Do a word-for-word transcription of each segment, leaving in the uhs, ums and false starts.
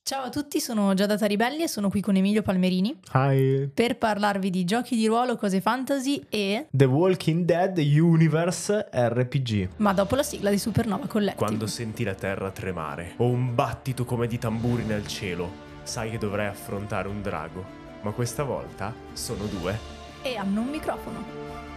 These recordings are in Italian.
Ciao a tutti, sono Giada Taribelli e sono qui con Emilio Palmerini Hi. per parlarvi di giochi di ruolo, cose fantasy e The Walking Dead Universe R P G. ma dopo la sigla di Supernova Collective. Quando senti la terra tremare o un battito come di tamburi nel cielo, sai che dovrai affrontare un drago, ma questa volta sono due. E hanno un microfono.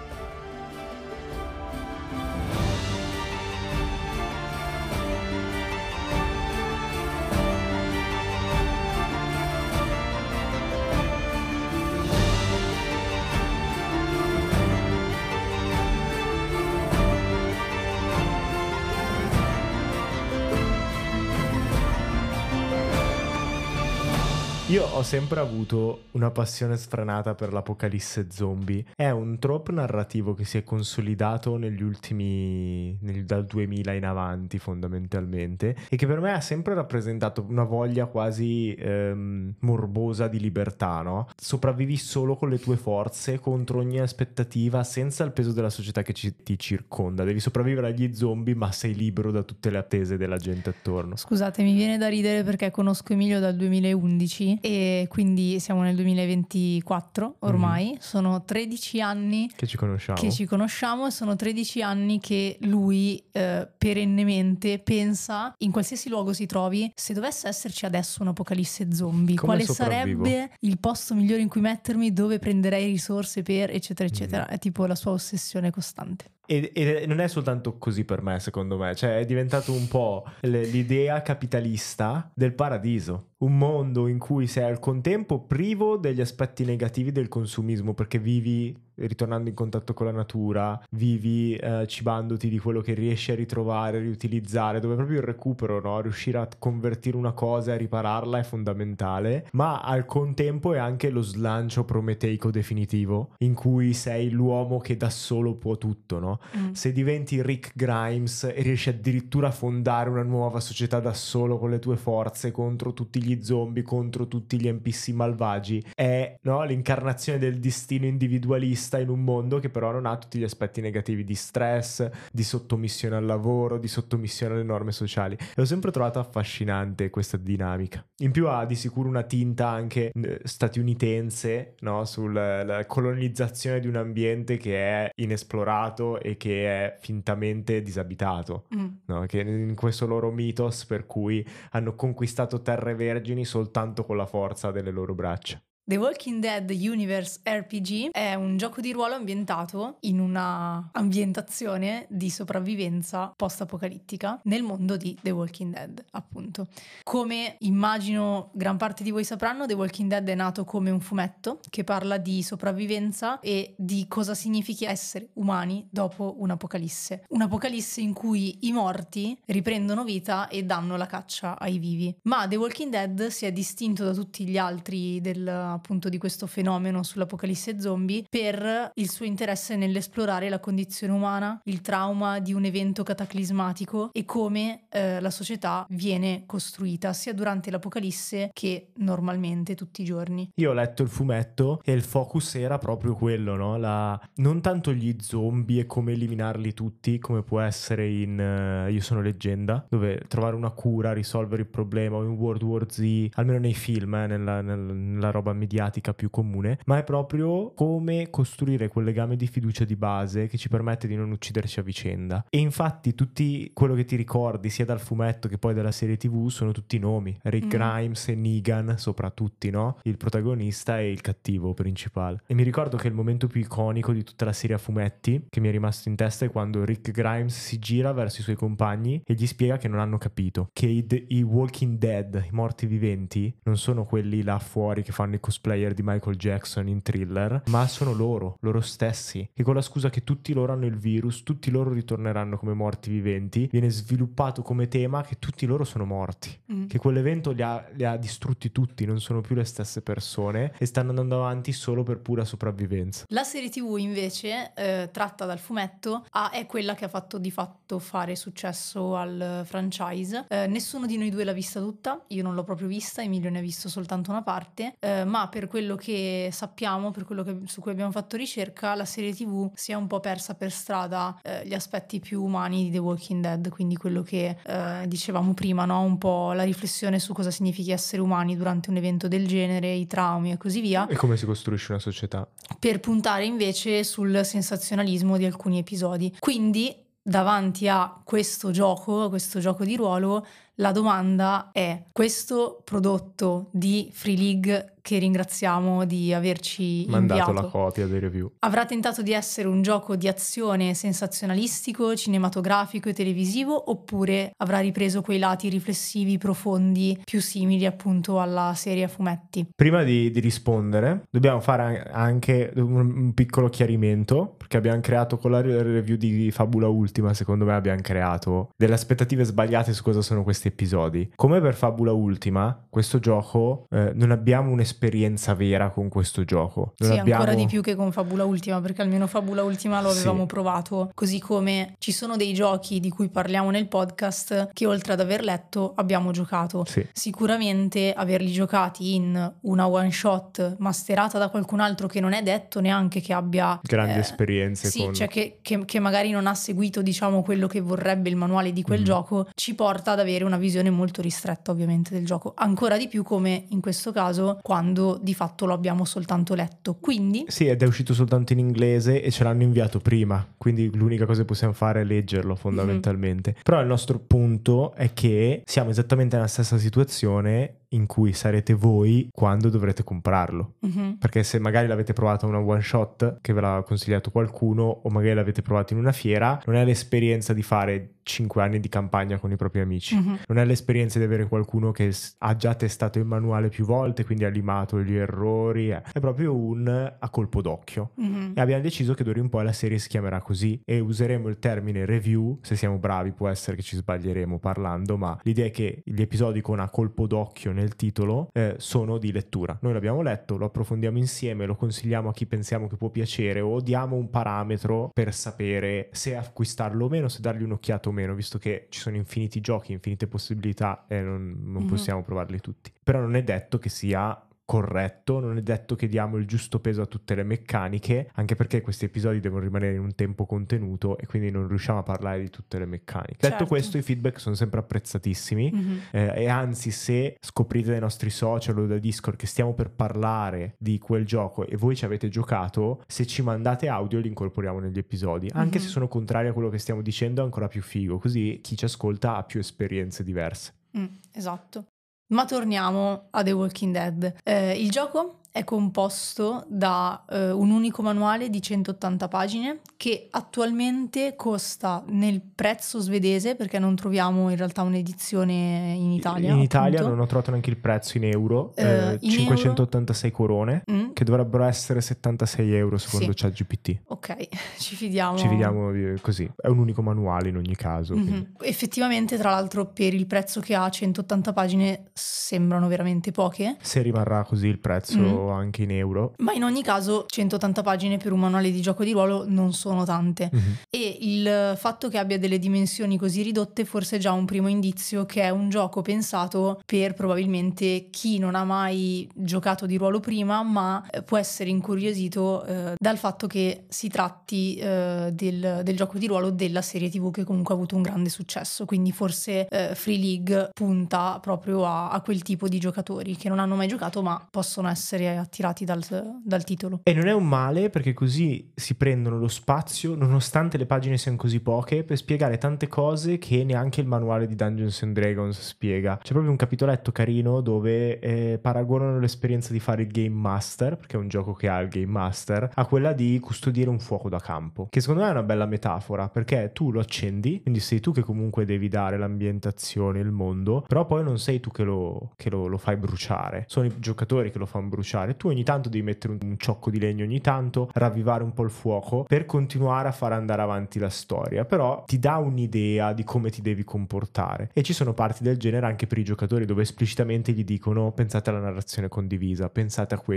Io ho sempre avuto una passione sfrenata per l'apocalisse zombie. È un trope narrativo che si è consolidato negli ultimi... nel- dal duemila in avanti fondamentalmente, e che per me ha sempre rappresentato una voglia quasi ehm, morbosa di libertà, no? Sopravvivi solo con le tue forze, contro ogni aspettativa, senza il peso della società che ci- ti circonda. Devi sopravvivere agli zombie, ma sei libero da tutte le attese della gente attorno. Scusate, mi viene da ridere perché conosco Emilio dal duemilaundici e quindi siamo nel duemilaventiquattro ormai. Mhm. Sono tredici anni Che ci conosciamo. che ci conosciamo e sono tredici anni che lui eh, perennemente pensa, in qualsiasi luogo si trovi, se dovesse esserci adesso un'apocalisse zombie, Come quale sopravvivo? sarebbe il posto migliore in cui mettermi, dove prenderei risorse per eccetera eccetera. Mm. È tipo la sua ossessione costante. E, e non è soltanto così per me, secondo me, cioè è diventato un po' l- l'idea capitalista del paradiso, un mondo in cui sei al contempo privo degli aspetti negativi del consumismo, perché vivi ritornando in contatto con la natura, vivi eh, cibandoti di quello che riesci a ritrovare, riutilizzare, dove proprio il recupero, no? Riuscire a convertire una cosa e a ripararla è fondamentale, ma al contempo è anche lo slancio prometeico definitivo, in cui sei l'uomo che da solo può tutto, no? Mm. Se diventi Rick Grimes e riesci addirittura a fondare una nuova società da solo con le tue forze contro tutti gli zombie, contro tutti gli N P C malvagi, è, no, l'incarnazione del destino individualista in un mondo che però non ha tutti gli aspetti negativi di stress, di sottomissione al lavoro, di sottomissione alle norme sociali. E ho sempre trovato affascinante questa dinamica. In più ha di sicuro una tinta anche eh, statunitense, no, sulla colonizzazione di un ambiente che è inesplorato e che è fintamente disabitato, Mm. no? Che in questo loro mythos per cui hanno conquistato terre vergini soltanto con la forza delle loro braccia. The Walking Dead Universe R P G è un gioco di ruolo ambientato in una ambientazione di sopravvivenza post-apocalittica nel mondo di The Walking Dead, appunto. Come immagino gran parte di voi sapranno, The Walking Dead è nato come un fumetto che parla di sopravvivenza e di cosa significhi essere umani dopo un'apocalisse. Un'apocalisse in cui i morti riprendono vita e danno la caccia ai vivi. Ma The Walking Dead si è distinto da tutti gli altri del appunto di questo fenomeno sull'apocalisse zombie per il suo interesse nell'esplorare la condizione umana, il trauma di un evento cataclismatico e come eh, la società viene costruita sia durante l'apocalisse che normalmente tutti i giorni. Io ho letto il fumetto e il focus era proprio quello, no? La... non tanto gli zombie e come eliminarli tutti, come può essere in eh, Io sono leggenda, dove trovare una cura, risolvere il problema, o in World War Z, almeno nei film, eh, nella, nella, nella roba mediatica più comune, ma è proprio come costruire quel legame di fiducia di base che ci permette di non ucciderci a vicenda. E infatti tutti quello che ti ricordi sia dal fumetto che poi dalla serie tv sono tutti nomi, Rick Mm. Grimes e Negan soprattutto, no? Il protagonista e il cattivo principale. E mi ricordo che il momento più iconico di tutta la serie a fumetti che mi è rimasto in testa è quando Rick Grimes si gira verso i suoi compagni e gli spiega che non hanno capito che i, i Walking Dead, i morti viventi, non sono quelli là fuori che fanno i cosplayer di Michael Jackson in Thriller, ma sono loro, loro stessi, che con la scusa che tutti loro hanno il virus, tutti loro ritorneranno come morti viventi, viene sviluppato come tema che tutti loro sono morti, Mm. che quell'evento li ha, li ha distrutti tutti, non sono più le stesse persone e stanno andando avanti solo per pura sopravvivenza. La serie tv invece, eh, tratta dal fumetto, ha- è quella che ha fatto di fatto fare successo al franchise. Eh, nessuno di noi due l'ha vista tutta, io non l'ho proprio vista, Emilio ne ha visto soltanto una parte, eh, ma ma per quello che sappiamo, per quello che, su cui abbiamo fatto ricerca, la serie tv si è un po' persa per strada eh, gli aspetti più umani di The Walking Dead, quindi quello che eh, dicevamo prima, no? Un po' la riflessione su cosa significhi essere umani durante un evento del genere, i traumi e così via. E come si costruisce una società. Per puntare invece sul sensazionalismo di alcuni episodi. Quindi, davanti a questo gioco, a questo gioco di ruolo, la domanda è: questo prodotto di Free League, che ringraziamo di averci mandato inviato, la copia dei review, avrà tentato di essere un gioco di azione sensazionalistico, cinematografico e televisivo, oppure avrà ripreso quei lati riflessivi profondi più simili appunto alla serie a fumetti? Prima di, di rispondere dobbiamo fare anche un, un piccolo chiarimento, perché abbiamo creato con la review di Fabula Ultima, secondo me abbiamo creato delle aspettative sbagliate su cosa sono questi episodi. Come per Fabula Ultima, questo gioco eh, non abbiamo un'esperienza vera con questo gioco. Non sì, abbiamo... ancora di più che con Fabula Ultima, perché almeno Fabula Ultima lo avevamo sì. provato, così come ci sono dei giochi di cui parliamo nel podcast che oltre ad aver letto abbiamo giocato. Sì. Sicuramente averli giocati in una one shot masterata da qualcun altro che non è detto neanche che abbia grandi eh, esperienze sì, con... cioè che, che, che magari non ha seguito diciamo quello che vorrebbe il manuale di quel mm. gioco, ci porta ad avere una visione molto ristretta ovviamente del gioco, ancora di più come in questo caso quando di fatto lo abbiamo soltanto letto. Quindi sì, ed è uscito soltanto in inglese e ce l'hanno inviato prima, quindi l'unica cosa che possiamo fare è leggerlo fondamentalmente. Mm-hmm. Però il nostro punto è che siamo esattamente nella stessa situazione in cui sarete voi quando dovrete comprarlo. Mm-hmm. Perché se magari l'avete provato una one shot che ve l'ha consigliato qualcuno, o magari l'avete provato in una fiera, non è l'esperienza di fare cinque anni di campagna con i propri amici, mm-hmm. non è l'esperienza di avere qualcuno che ha già testato il manuale più volte, quindi ha limato gli errori, è, è proprio un a colpo d'occhio. Mm-hmm. E abbiamo deciso che d'ora in poi la serie si chiamerà così e useremo il termine review. Se siamo bravi può essere che ci sbaglieremo parlando, ma l'idea è che gli episodi con a colpo d'occhio nel titolo eh, sono di lettura. Noi l'abbiamo letto, lo approfondiamo insieme, lo consigliamo a chi pensiamo che può piacere, o diamo un parametro per sapere se acquistarlo o meno, se dargli un'occhiata o meno, visto che ci sono infiniti giochi, infinite possibilità e non, non mm-hmm. possiamo provarli tutti. Però non è detto che sia corretto, non è detto che diamo il giusto peso a tutte le meccaniche, anche perché questi episodi devono rimanere in un tempo contenuto e quindi non riusciamo a parlare di tutte le meccaniche. Certo. Detto questo, i feedback sono sempre apprezzatissimi, mm-hmm. eh, e anzi, se scoprite dai nostri social o da Discord che stiamo per parlare di quel gioco e voi ci avete giocato, se ci mandate audio li incorporiamo negli episodi, anche mm-hmm. se sono contrari a quello che stiamo dicendo è ancora più figo, così chi ci ascolta ha più esperienze diverse. Mm, esatto. Ma torniamo a The Walking Dead. Eh, il gioco è composto da eh, un unico manuale di centottanta pagine che attualmente costa nel prezzo svedese, perché non troviamo in realtà un'edizione in Italia. In Italia appunto. non ho trovato neanche il prezzo in euro, eh, eh, in cinquecentottantasei euro? corone, mm. che dovrebbero essere settantasei euro secondo sì. ChatGPT. Ok, ci fidiamo. Ci fidiamo così, è un unico manuale in ogni caso. Mm-hmm. Effettivamente, tra l'altro, per il prezzo che ha, centottanta pagine sembrano veramente poche. Se rimarrà così il prezzo mm. anche in euro. Ma in ogni caso centottanta pagine per un manuale di gioco di ruolo non sono tante, mm-hmm. e il fatto che abbia delle dimensioni così ridotte forse è già un primo indizio che è un gioco pensato per probabilmente chi non ha mai giocato di ruolo prima, ma può essere incuriosito eh, dal fatto che si tratti eh, del, del gioco di ruolo della serie tv che comunque ha avuto un grande successo, quindi forse eh, Free League punta proprio a, a quel tipo di giocatori che non hanno mai giocato ma possono essere attirati dal, dal titolo. E non è un male, perché così si prendono lo spazio, nonostante le pagine siano così poche, per spiegare tante cose che neanche il manuale di Dungeons and Dragons spiega. C'è proprio un capitoletto carino dove eh, paragonano l'esperienza di fare il Game Master, perché è un gioco che ha il Game Master, a quella di custodire un fuoco da campo, che secondo me è una bella metafora, perché tu lo accendi, quindi sei tu che comunque devi dare l'ambientazione, il mondo, però poi non sei tu che lo, che lo, lo fai bruciare, sono i giocatori che lo fanno bruciare. Tu ogni tanto devi mettere un, un ciocco di legno, ogni tanto ravvivare un po' il fuoco per continuare a far andare avanti la storia, però ti dà un'idea di come ti devi comportare. E ci sono parti del genere anche per i giocatori dove esplicitamente gli dicono: pensate alla narrazione condivisa, pensate a questo, questo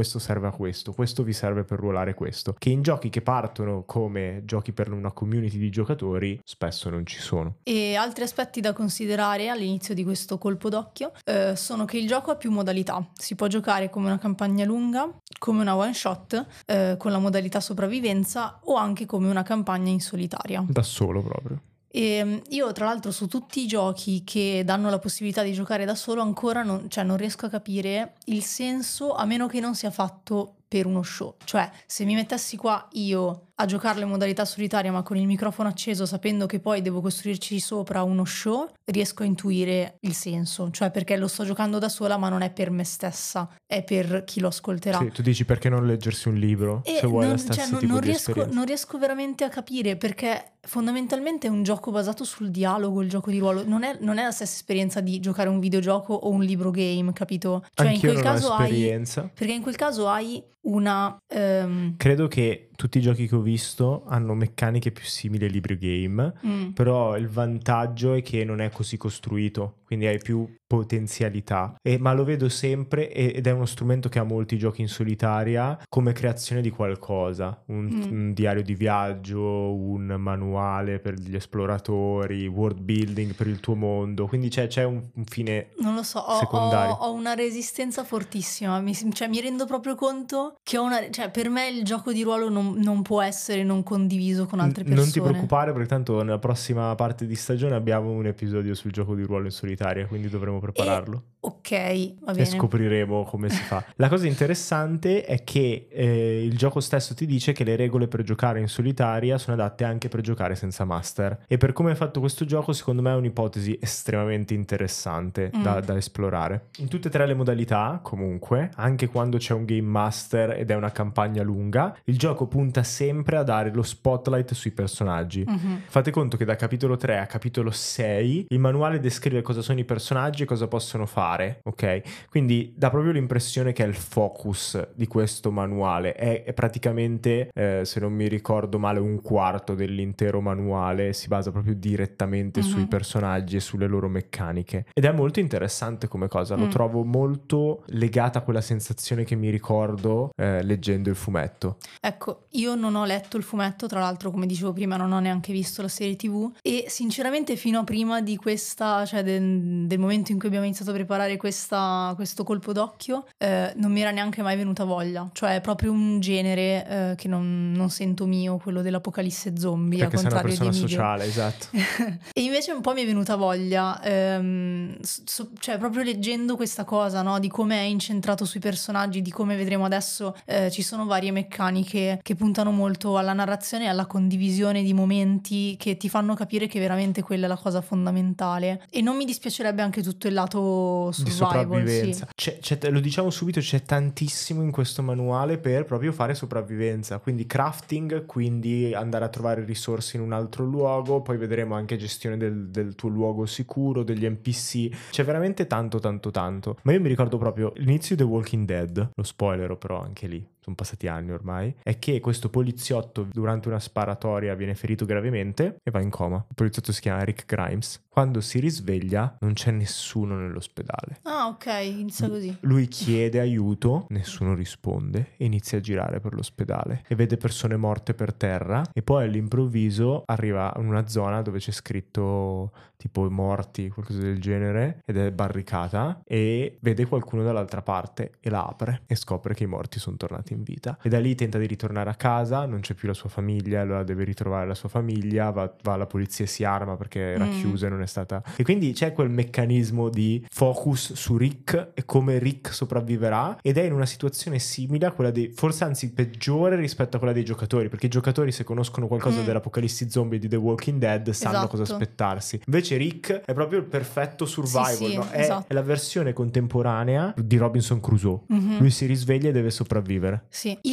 questo serve a questo, questo vi serve per ruolare questo, che in giochi che partono come giochi per una community di giocatori spesso non ci sono. E altri aspetti da considerare all'inizio di questo colpo d'occhio eh, sono che il gioco ha più modalità. Si può giocare come una campagna lunga, come una one shot, eh, con la modalità sopravvivenza, o anche come una campagna in solitaria. Da solo proprio. E io tra l'altro su tutti i giochi che danno la possibilità di giocare da solo ancora non, cioè non riesco a capire il senso, a meno che non sia fatto per uno show. Cioè, se mi mettessi qua io a giocarlo in modalità solitaria ma con il microfono acceso, sapendo che poi devo costruirci sopra uno show, riesco a intuire il senso. Cioè, perché lo sto giocando da sola ma non è per me stessa, è per chi lo ascolterà. Sì, tu dici perché non leggersi un libro e se vuoi non, la stessa cioè, non, tipo non di riesco, esperienza. non riesco veramente a capire, perché fondamentalmente è un gioco basato sul dialogo, il gioco di ruolo. Non è, non è la stessa esperienza di giocare un videogioco o un libro game, capito? Cioè, Anch'io in quel non ho caso hai... esperienza. Perché in quel caso hai una... ehm, Credo che tutti i giochi che ho visto hanno meccaniche più simili ai libri game, mm, però il vantaggio è che non è così costruito, quindi hai più potenzialità. E, ma lo vedo sempre e- ed è uno strumento che ha molti giochi in solitaria come creazione di qualcosa, un, Mm. un diario di viaggio, un manuale per gli esploratori, world building per il tuo mondo, quindi c'è, c'è un, un fine non lo so, ho, ho, secondario. ho una resistenza fortissima, mi, cioè, mi rendo proprio conto che ho una... Cioè, per me il gioco di ruolo non, non può essere non condiviso con altre N- persone. Non ti preoccupare, perché tanto nella prossima parte di stagione abbiamo un episodio sul gioco di ruolo in solitaria, quindi dovremo prepararlo. Ok, va E bene. scopriremo come si fa. La cosa interessante è che eh, il gioco stesso ti dice che le regole per giocare in solitaria sono adatte anche per giocare senza master. E per come è fatto questo gioco, secondo me è un'ipotesi estremamente interessante Mm. da, da esplorare. In tutte e tre le modalità, comunque, anche quando c'è un game master ed è una campagna lunga, il gioco punta sempre a dare lo spotlight sui personaggi. Mhm. Fate conto che da capitolo tre a capitolo sei il manuale descrive cosa sono i personaggi e cosa possono fare, ok? Quindi dà proprio l'impressione che è il focus di questo manuale. È, è praticamente, eh, se non mi ricordo male, un quarto dell'intero manuale si basa proprio direttamente Mhm. sui personaggi e sulle loro meccaniche. Ed è molto interessante come cosa, lo Mm. trovo molto legata a quella sensazione che mi ricordo eh, leggendo il fumetto. Ecco, io non ho letto il fumetto, tra l'altro, come dicevo prima, non ho neanche visto la serie tivù, e sinceramente fino a prima di questa, cioè del, del momento in cui abbiamo iniziato a preparare questa, questo colpo d'occhio, eh, non mi era neanche mai venuta voglia. Cioè è proprio un genere eh, che non, non sento mio, quello dell'apocalisse zombie, Perché al sei una contrario persona di Emilio. sociale, esatto. E invece un po' mi è venuta voglia, ehm, so- cioè proprio leggendo questa cosa, no? Di come è incentrato sui personaggi, di come vedremo adesso, eh, ci sono varie meccaniche che puntano molto alla narrazione e alla condivisione di momenti che ti fanno capire che veramente quella è la cosa fondamentale. E non mi dispiacerebbe anche tutto il lato Di survival, sopravvivenza. sì. C'è- c'è- lo diciamo subito, c'è tantissimo in questo manuale per proprio fare sopravvivenza, quindi crafting, quindi andare a trovare risorse in un altro luogo, poi vedremo anche gestione del, del tuo luogo sicuro, degli N P C, c'è veramente tanto tanto tanto. Ma io mi ricordo proprio l'inizio di The Walking Dead, lo spoilerò però anche lì, sono passati anni ormai, è che questo poliziotto durante una sparatoria viene ferito gravemente e va in coma. Il poliziotto si chiama Rick Grimes. Quando si risveglia non c'è nessuno nell'ospedale. Ah, ok, inizia così. Lui chiede aiuto, nessuno risponde e inizia a girare per l'ospedale e vede persone morte per terra e poi all'improvviso arriva in una zona dove c'è scritto tipo morti, qualcosa del genere, ed è barricata, e vede qualcuno dall'altra parte e la apre e scopre che i morti sono tornati in vita. E da lì tenta di ritornare a casa, non c'è più la sua famiglia, allora deve ritrovare la sua famiglia, va, va alla polizia e si arma perché era Mm. chiusa e non è stata... E quindi c'è quel meccanismo di focus su Rick e come Rick sopravviverà, ed è in una situazione simile a quella dei... forse anzi peggiore rispetto a quella dei giocatori, perché i giocatori, se conoscono qualcosa Mm. dell'apocalissi zombie di The Walking Dead, sanno Esatto. cosa aspettarsi. Invece Rick è proprio il perfetto survival, Sì, sì, no? È, esatto. è la versione contemporanea di Robinson Crusoe. Mhm. Lui si risveglia e deve sopravvivere. Sì, il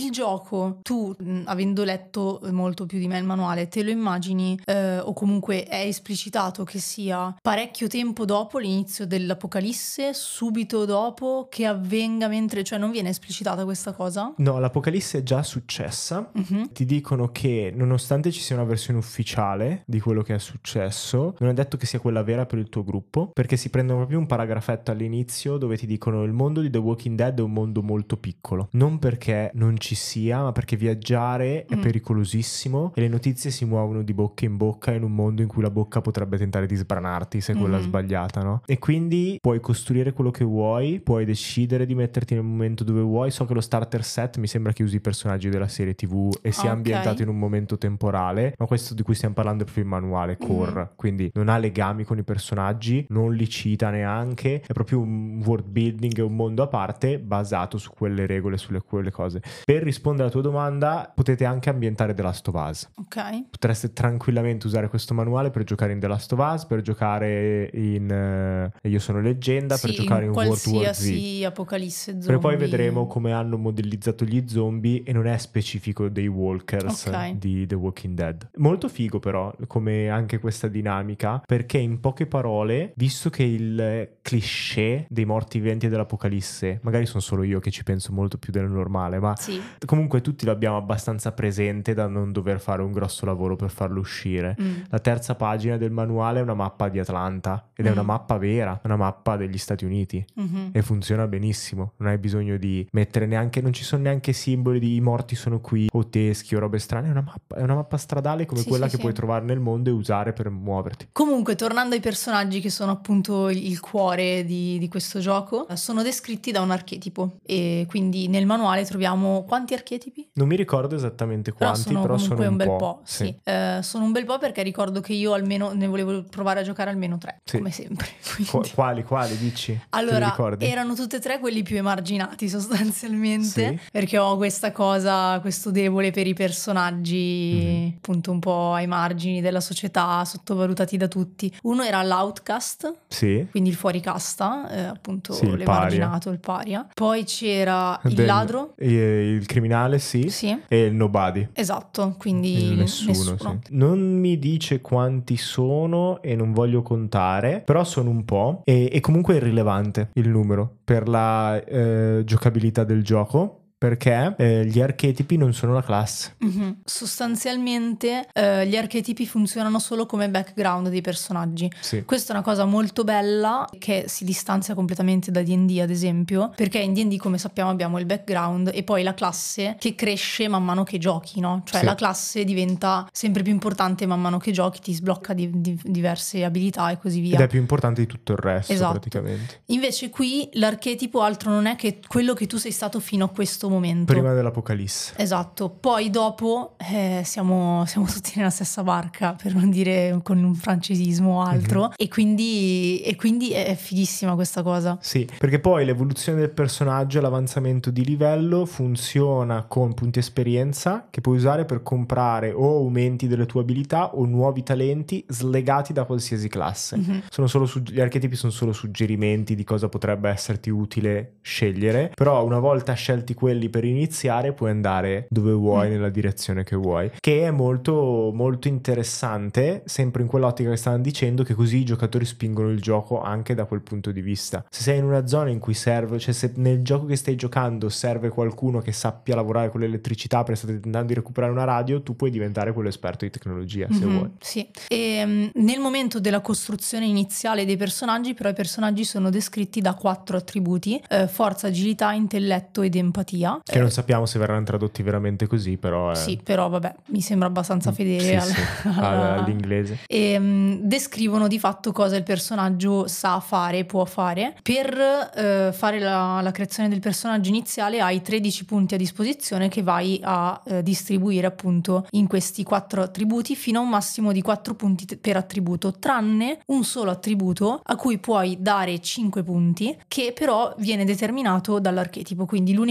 il gioco tu, mh, avendo letto molto più di me il manuale, te lo immagini eh, o comunque è esplicitato che sia parecchio tempo dopo l'inizio dell'Apocalisse, subito dopo, che avvenga mentre, cioè non viene esplicitata questa cosa? No, l'Apocalisse è già successa. Mhm. Ti dicono che nonostante ci sia una versione ufficiale di quello che è successo, non è detto che sia quella vera per il tuo gruppo, perché si prendono proprio un paragrafetto all'inizio dove ti dicono il mondo di The Walking Dead è un mondo molto piccolo, non perché non ci sia, ma perché viaggiare è Mm. pericolosissimo e le notizie si muovono di bocca in bocca in un mondo in cui la bocca potrebbe tentare di sbranarti se è quella Mhm. sbagliata, no? E quindi puoi costruire quello che vuoi, puoi decidere di metterti nel momento dove vuoi. So che lo starter set mi sembra che usi i personaggi della serie tivù e sia Ok. ambientato in un momento temporale, ma questo di cui stiamo parlando è proprio il manuale core, Mhm. quindi non ha legami con i personaggi, non li cita neanche, è proprio un world building e un mondo a parte basato su quelle regole, sulle quelle cose. Per rispondere alla tua domanda, potete anche ambientare The Last of Us. Ok. Potreste tranquillamente usare questo manuale per giocare in The Last of Us, per giocare in eh, Io sono leggenda, per Sì, giocare in, in World War Z. qualsiasi apocalisse zombie. Perché poi vedremo come hanno modellizzato gli zombie e non è specifico dei walkers Ok. di The Walking Dead. Molto figo però come anche questa dinamica, perché in poche parole, visto che il cliché dei morti viventi e dell'apocalisse, magari sono solo io che ci penso molto più del normale, ma Sì. comunque tutti l'abbiamo abbastanza presente da non dover fare un grosso lavoro per farlo uscire. Mm. La terza pagina del manuale è una mappa di Atlanta ed è Mm. una mappa vera, una mappa degli Stati Uniti Mhm. e funziona benissimo. Non hai bisogno di mettere neanche, non ci sono neanche simboli di i morti sono qui o teschi o robe strane. È una mappa, è una mappa stradale come Sì, quella sì, che sì. puoi trovare nel mondo e usare per muoverti. Comunque, tornando ai personaggi che sono appunto il cuore di, di questo gioco, sono descritti da un archetipo e quindi nel manuale troviamo quanti archetipi? Non mi ricordo esattamente Però quanti, sono però comunque sono un, un bel po'. po', sì. Eh, sono un bel po' perché ricordo che io almeno ne volevo provare a giocare almeno tre, Sì. come sempre. Qu- quindi- quali, quali, dici? Te li Allora, ricordi? erano tutte e tre quelli più emarginati sostanzialmente, Sì. perché ho questa cosa, questo debole per i personaggi Mhm. appunto un po' ai margini della società, sottovalutati da tutti. Uno era l'outcast, Sì. quindi il fuoricasta, eh, appunto Sì, il l'emarginato, il paria. Poi c'era il Del- ladro, eh, il criminale, sì. sì, E il nobody. esatto, quindi Il nessuno, nessuno. sì. Non mi dice quanti sono e non voglio contare, però sono un po'. E, e comunque è irrilevante il numero per la eh, giocabilità del gioco. Perché eh, gli archetipi non sono la classe. Mhm. Sostanzialmente eh, gli archetipi funzionano solo come background dei personaggi. Sì. Questa è una cosa molto bella che si distanzia completamente da D and D, ad esempio, perché in D and D, come sappiamo, abbiamo il background e poi la classe che cresce man mano che giochi, no? Cioè Sì. la classe diventa sempre più importante man mano che giochi, ti sblocca di, di- diverse abilità e così via. Ed è più importante di tutto il resto, Esatto. praticamente. Invece qui l'archetipo altro non è che quello che tu sei stato fino a questo momento. Prima dell'Apocalisse. Esatto, poi dopo eh, siamo, siamo tutti nella stessa barca, per non dire con un francesismo o altro, Mhm. e, quindi, e quindi è fighissima questa cosa. Sì, perché poi l'evoluzione del personaggio e l'avanzamento di livello funziona con punti esperienza che puoi usare per comprare o aumenti delle tue abilità o nuovi talenti slegati da qualsiasi classe. Mhm. Sono solo sugg- gli archetipi sono solo suggerimenti di cosa potrebbe esserti utile scegliere, però una volta scelti quelli per iniziare puoi andare dove vuoi, Mm. nella direzione che vuoi, che è molto molto interessante, sempre in quell'ottica che stavano dicendo, che così i giocatori spingono il gioco anche da quel punto di vista. Se sei in una zona in cui serve, cioè se nel gioco che stai giocando serve qualcuno che sappia lavorare con l'elettricità perché state tentando di recuperare una radio, tu puoi diventare quello esperto di tecnologia se Mhm, vuoi. sì. E, mm, nel momento della costruzione iniziale dei personaggi, però i personaggi sono descritti da quattro attributi: eh, forza, agilità, intelletto ed empatia. Che non sappiamo se verranno tradotti veramente così, però è... Sì, però vabbè, mi sembra abbastanza fedele Sì, al- sì, alla- all'inglese. E mh, descrivono di fatto cosa il personaggio sa fare, può fare. Per eh, fare la, la creazione del personaggio iniziale hai tredici punti a disposizione che vai a eh, distribuire appunto in questi quattro attributi fino a un massimo di quattro punti t- per attributo, tranne un solo attributo a cui puoi dare cinque punti, che però viene determinato dall'archetipo. Quindi l'unica cosa che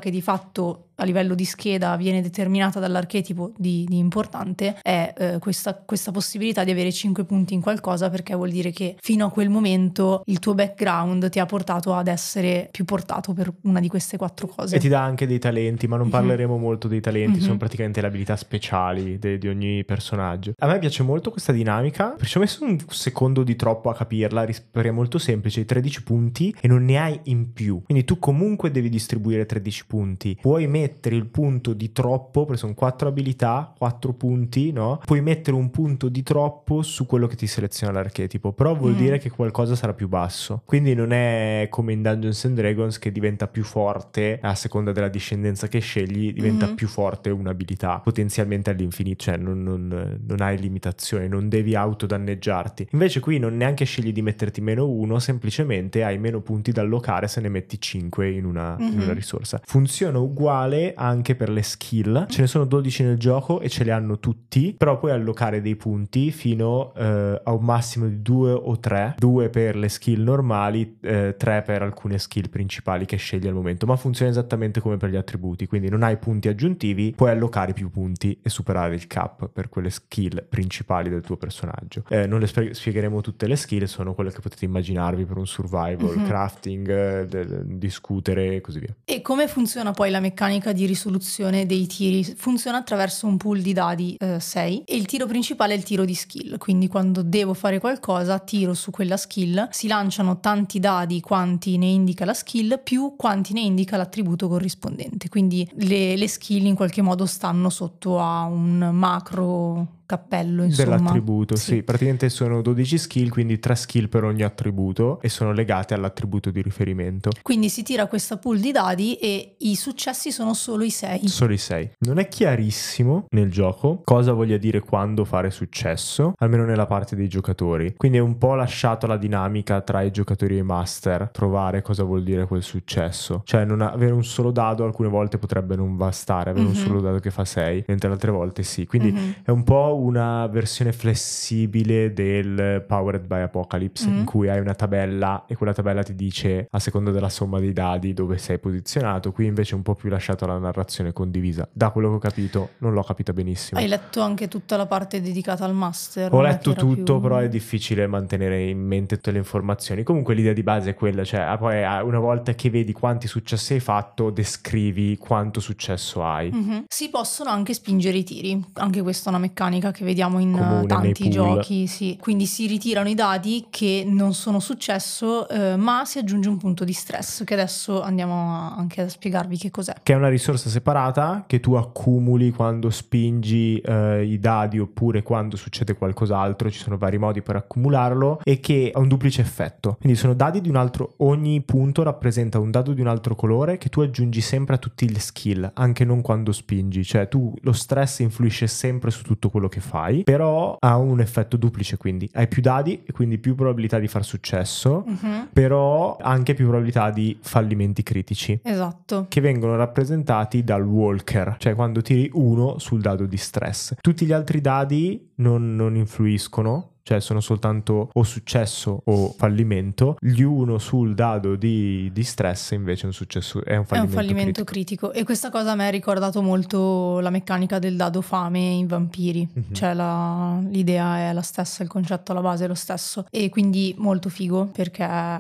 che di fatto a livello di scheda viene determinata dall'archetipo di, di importante è eh, questa, questa possibilità di avere cinque punti in qualcosa, perché vuol dire che fino a quel momento il tuo background ti ha portato ad essere più portato per una di queste quattro cose. E ti dà anche dei talenti, ma non parleremo mm-hmm. molto dei talenti, mm-hmm. sono praticamente le abilità speciali de- di ogni personaggio. A me piace molto questa dinamica, ci ho messo un secondo di troppo a capirla, perché è molto semplice, hai tredici punti e non ne hai in più, quindi tu comunque devi distribuire tredici punti, puoi mettere mettere il punto di troppo, perché sono quattro abilità, quattro punti, no? Puoi mettere un punto di troppo su quello che ti seleziona l'archetipo, però vuol mm. dire che qualcosa sarà più basso, quindi non è come in Dungeons and Dragons che diventa più forte a seconda della discendenza che scegli, diventa mm. più forte un'abilità potenzialmente all'infinito, cioè non, non, non hai limitazioni, non devi autodanneggiarti. Invece qui non neanche scegli di metterti meno uno, semplicemente hai meno punti da allocare se ne metti cinque in una, mm-hmm. in una risorsa. Funziona uguale anche per le skill, ce ne sono dodici nel gioco e ce le hanno tutti, però puoi allocare dei punti fino eh, a un massimo di due o tre, due per le skill normali, eh, tre per alcune skill principali che scegli al momento, ma funziona esattamente come per gli attributi, quindi non hai punti aggiuntivi, puoi allocare più punti e superare il cap per quelle skill principali del tuo personaggio. Eh, non le spie- spiegheremo tutte le skill, sono quelle che potete immaginarvi per un survival, mm-hmm. crafting, eh, de- discutere e così via. E come funziona poi la meccanica di risoluzione dei tiri? Funziona attraverso un pool di dadi sei eh, e il tiro principale è il tiro di skill, quindi quando devo fare qualcosa tiro su quella skill, si lanciano tanti dadi quanti ne indica la skill più quanti ne indica l'attributo corrispondente, quindi le, le skill in qualche modo stanno sotto a un macro cappello, insomma. Dell'attributo, sì. sì. Praticamente sono dodici skill, quindi tre skill per ogni attributo e sono legate all'attributo di riferimento. Quindi si tira questa pool di dadi e i successi sono solo i sei. Solo i sei. Non è chiarissimo nel gioco cosa voglia dire quando fare successo, almeno nella parte dei giocatori. Quindi è un po' lasciato la dinamica tra i giocatori e i master, trovare cosa vuol dire quel successo. Cioè non avere un solo dado alcune volte potrebbe non bastare, avere mm-hmm. un solo dado che fa sei, mentre altre volte sì. Quindi mm-hmm. è un po' una versione flessibile del Powered by Apocalypse, mm-hmm. in cui hai una tabella e quella tabella ti dice a seconda della somma dei dadi dove sei posizionato. Qui invece è un po' più lasciato alla narrazione condivisa. Da quello che ho capito, non l'ho capita benissimo. Hai letto anche tutta la parte dedicata al master? Ho letto tutto, più... però è difficile mantenere in mente tutte le informazioni. Comunque l'idea di base è quella, cioè poi una volta che vedi quanti successi hai fatto, descrivi quanto successo hai. Mm-hmm. Si possono anche spingere i tiri, anche questa è una meccanica che vediamo in comune tanti giochi, sì. Quindi si ritirano i dadi che non sono successo, eh, ma si aggiunge un punto di stress, che adesso andiamo a, anche a spiegarvi che cos'è. Che è una risorsa separata che tu accumuli quando spingi eh, i dadi oppure quando succede qualcos'altro. Ci sono vari modi per accumularlo e che ha un duplice effetto. Quindi sono dadi di un altro, ogni punto rappresenta un dado di un altro colore che tu aggiungi sempre a tutti le skill, anche non quando spingi. Cioè tu, lo stress influisce sempre su tutto quello che fai, però ha un effetto duplice, quindi hai più dadi e quindi più probabilità di far successo, uh-huh. però anche più probabilità di fallimenti critici. Esatto. Che vengono rappresentati dal walker, cioè quando tiri uno sul dado di stress. Tutti gli altri dadi non, non influiscono, cioè sono soltanto o successo o fallimento. Gli uno sul dado di, di stress invece è un successo, è un fallimento, è un fallimento critico. critico. E questa cosa a me ha ricordato molto la meccanica del dado fame in Vampiri, mm-hmm. cioè la, l'idea è la stessa, il concetto alla base è lo stesso, e quindi molto figo, perché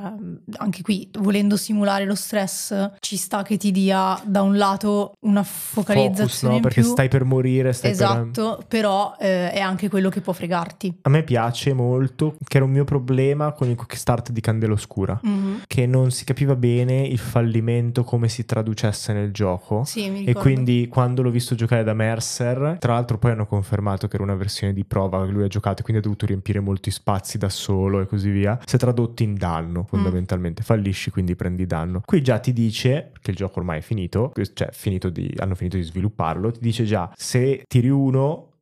anche qui volendo simulare lo stress ci sta che ti dia da un lato una focalizzazione Focus, no? in Perché più, stai per morire, stai esatto, per... però eh, è anche quello che può fregarti. A me piace molto, che era un mio problema con il Kickstart di Candeloscura, mm-hmm. che non si capiva bene il fallimento come si traducesse nel gioco, sì, mi e quindi quando l'ho visto giocare da Mercer, tra l'altro poi hanno confermato che era una versione di prova che lui ha giocato e quindi ha dovuto riempire molti spazi da solo e così via, si è tradotto in danno fondamentalmente, mm. fallisci quindi prendi danno. Qui già ti dice, perché il gioco ormai è finito, cioè finito di, hanno finito di svilupparlo, ti dice già se tiri uno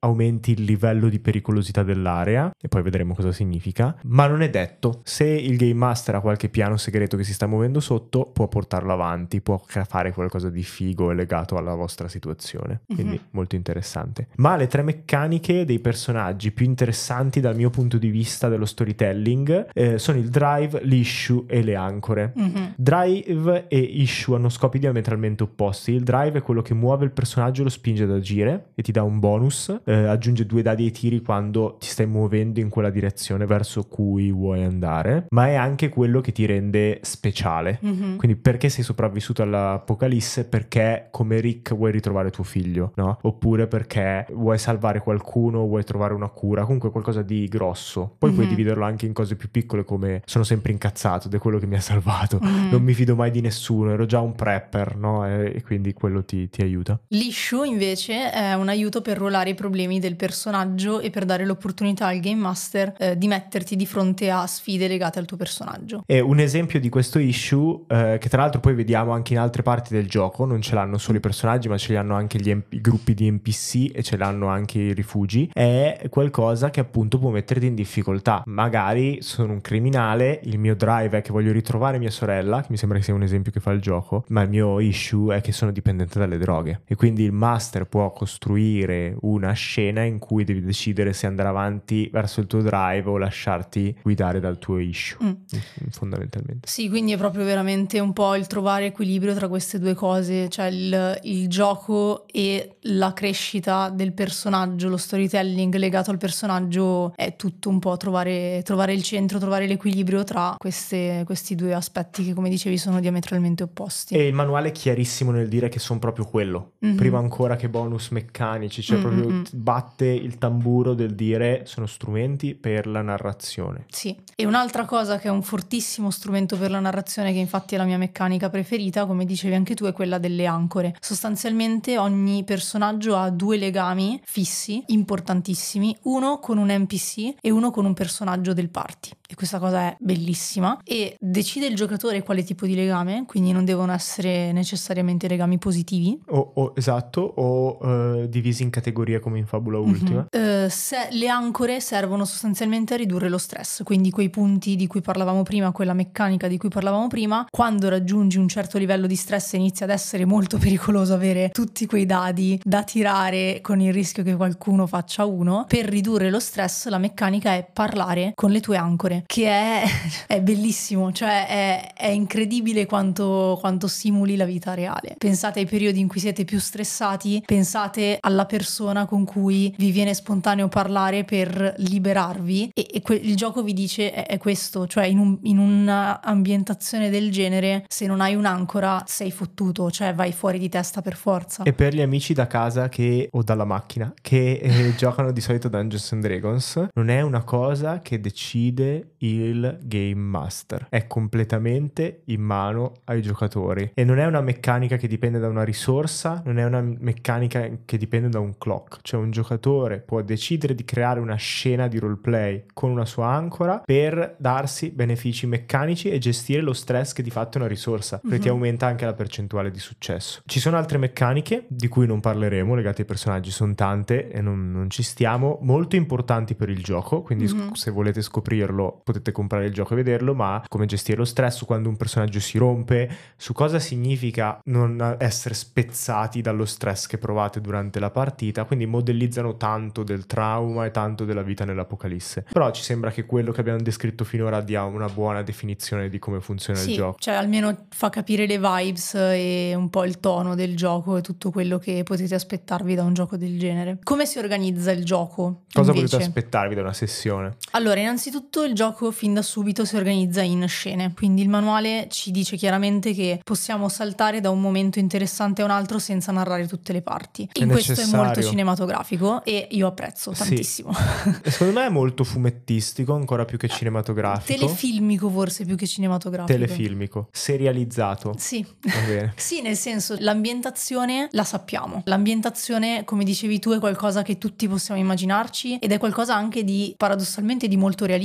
aumenti il livello di pericolosità dell'area, e poi vedremo cosa significa, ma non è detto. Se il Game Master ha qualche piano segreto che si sta muovendo sotto, può portarlo avanti, può fare qualcosa di figo e legato alla vostra situazione, quindi mm-hmm. molto interessante. Ma le tre meccaniche dei personaggi più interessanti dal mio punto di vista dello storytelling eh, sono il drive, l'issue e le ancore. Mm-hmm. Drive e issue hanno scopi diametralmente opposti. Il drive è quello che muove il personaggio e lo spinge ad agire e ti dà un bonus, eh, aggiunge due dadi ai tiri quando ti stai muovendo in quella direzione verso cui vuoi andare, ma è anche quello che ti rende speciale. Mm-hmm. Quindi perché sei sopravvissuto all'apocalisse? Perché come Rick vuoi ritrovare tuo figlio, no? Oppure perché vuoi salvare qualcuno, vuoi trovare una cura, comunque qualcosa di grosso. Poi mm-hmm. puoi dividerlo anche in cose più piccole, come sono sempre incazzato ed è quello che mi ha salvato, mm-hmm. non mi fido mai di nessuno, ero già un prepper, no? E, e quindi quello ti, ti aiuta. L'issue invece è un aiuto per ruolare i problemi del personaggio e per dare l'opportunità al Game Master eh, di metterti di fronte a sfide legate al tuo personaggio. E un esempio di questo issue, eh, che tra l'altro poi vediamo anche in altre parti del gioco, non ce l'hanno solo i personaggi ma ce li hanno anche gli M- i gruppi di N P C e ce l'hanno anche i rifugi, è qualcosa che appunto può metterti in difficoltà. Magari sono un criminale, il mio drive è che voglio ritrovare mia sorella, che mi sembra che sia un esempio che fa il gioco, ma il mio issue è che sono dipendente dalle droghe e quindi il master può costruire una scena in cui devi decidere se andare avanti verso il tuo drive o lasciarti guidare dal tuo issue, mm. fondamentalmente. Sì, quindi è proprio veramente un po' il trovare equilibrio tra queste due cose, cioè il, il gioco e la crescita del personaggio, lo storytelling legato al personaggio è tutto un po' trovare, trovare il centro, trovare l'equilibrio tra queste, questi due aspetti che, come dicevi, sono diametralmente opposti. E il manuale è chiarissimo nel dire che sono proprio quello, mm-hmm. prima ancora che bonus meccanici, cioè mm-hmm. proprio batte il tamburo del dire sono strumenti per la narrazione. Sì, e un'altra cosa che è un fortissimo strumento per la narrazione, che infatti è la mia meccanica preferita, come dicevi anche tu, è quella delle ancore. Sostanzialmente ogni personaggio ha due legami fissi, importantissimi, uno con un N P C e uno con un personaggio del party. E questa cosa è bellissima e decide il giocatore quale tipo di legame, quindi non devono essere necessariamente legami positivi. O, o esatto, o uh, divisi in categorie come in Fabula Ultima. Mm-hmm. Uh, se le ancore servono sostanzialmente a ridurre lo stress, quindi quei punti di cui parlavamo prima, quella meccanica di cui parlavamo prima, quando raggiungi un certo livello di stress inizia ad essere molto pericoloso avere tutti quei dadi da tirare con il rischio che qualcuno faccia uno. Per ridurre lo stress la meccanica è parlare con le tue ancore, che è, è bellissimo, cioè è, è incredibile quanto, quanto simuli la vita reale. Pensate ai periodi in cui siete più stressati, pensate alla persona con cui vi viene spontaneo parlare per liberarvi e, e que- il gioco vi dice è, è questo, cioè in, un, in un'ambientazione del genere se non hai un'ancora sei fottuto, cioè vai fuori di testa per forza. E per gli amici da casa che o dalla macchina che eh, giocano di solito Dungeons and Dragons, non è una cosa che decide il Game Master, è completamente in mano ai giocatori e non è una meccanica che dipende da una risorsa, non è una meccanica che dipende da un clock, cioè un giocatore può decidere di creare una scena di roleplay con una sua ancora per darsi benefici meccanici e gestire lo stress che di fatto è una risorsa, perché mm-hmm. ti aumenta anche la percentuale di successo. Ci sono altre meccaniche di cui non parleremo legate ai personaggi, sono tante e non, non ci stiamo, molto importanti per il gioco, quindi mm-hmm. se volete scoprirlo potete comprare il gioco e vederlo, ma come gestire lo stress su quando un personaggio si rompe, su cosa significa non essere spezzati dallo stress che provate durante la partita, quindi modellizzano tanto del trauma e tanto della vita nell'apocalisse. Però ci sembra che quello che abbiamo descritto finora dia una buona definizione di come funziona sì, il gioco. Cioè almeno fa capire le vibes e un po' il tono del gioco e tutto quello che potete aspettarvi da un gioco del genere. Come si organizza il gioco? Cosa invece? potete aspettarvi da una sessione? Allora, innanzitutto il gioco fin da subito si organizza in scene, quindi il manuale ci dice chiaramente che possiamo saltare da un momento interessante a un altro senza narrare tutte le parti. È in necessario. Questo è molto cinematografico e io apprezzo tantissimo. Sì. Secondo me è molto fumettistico, ancora più che cinematografico. Telefilmico forse più che cinematografico. Telefilmico, serializzato. Sì. Va bene. Sì, nel senso, l'ambientazione la sappiamo. L'ambientazione, come dicevi tu, è qualcosa che tutti possiamo immaginarci ed è qualcosa anche di paradossalmente di molto realistico,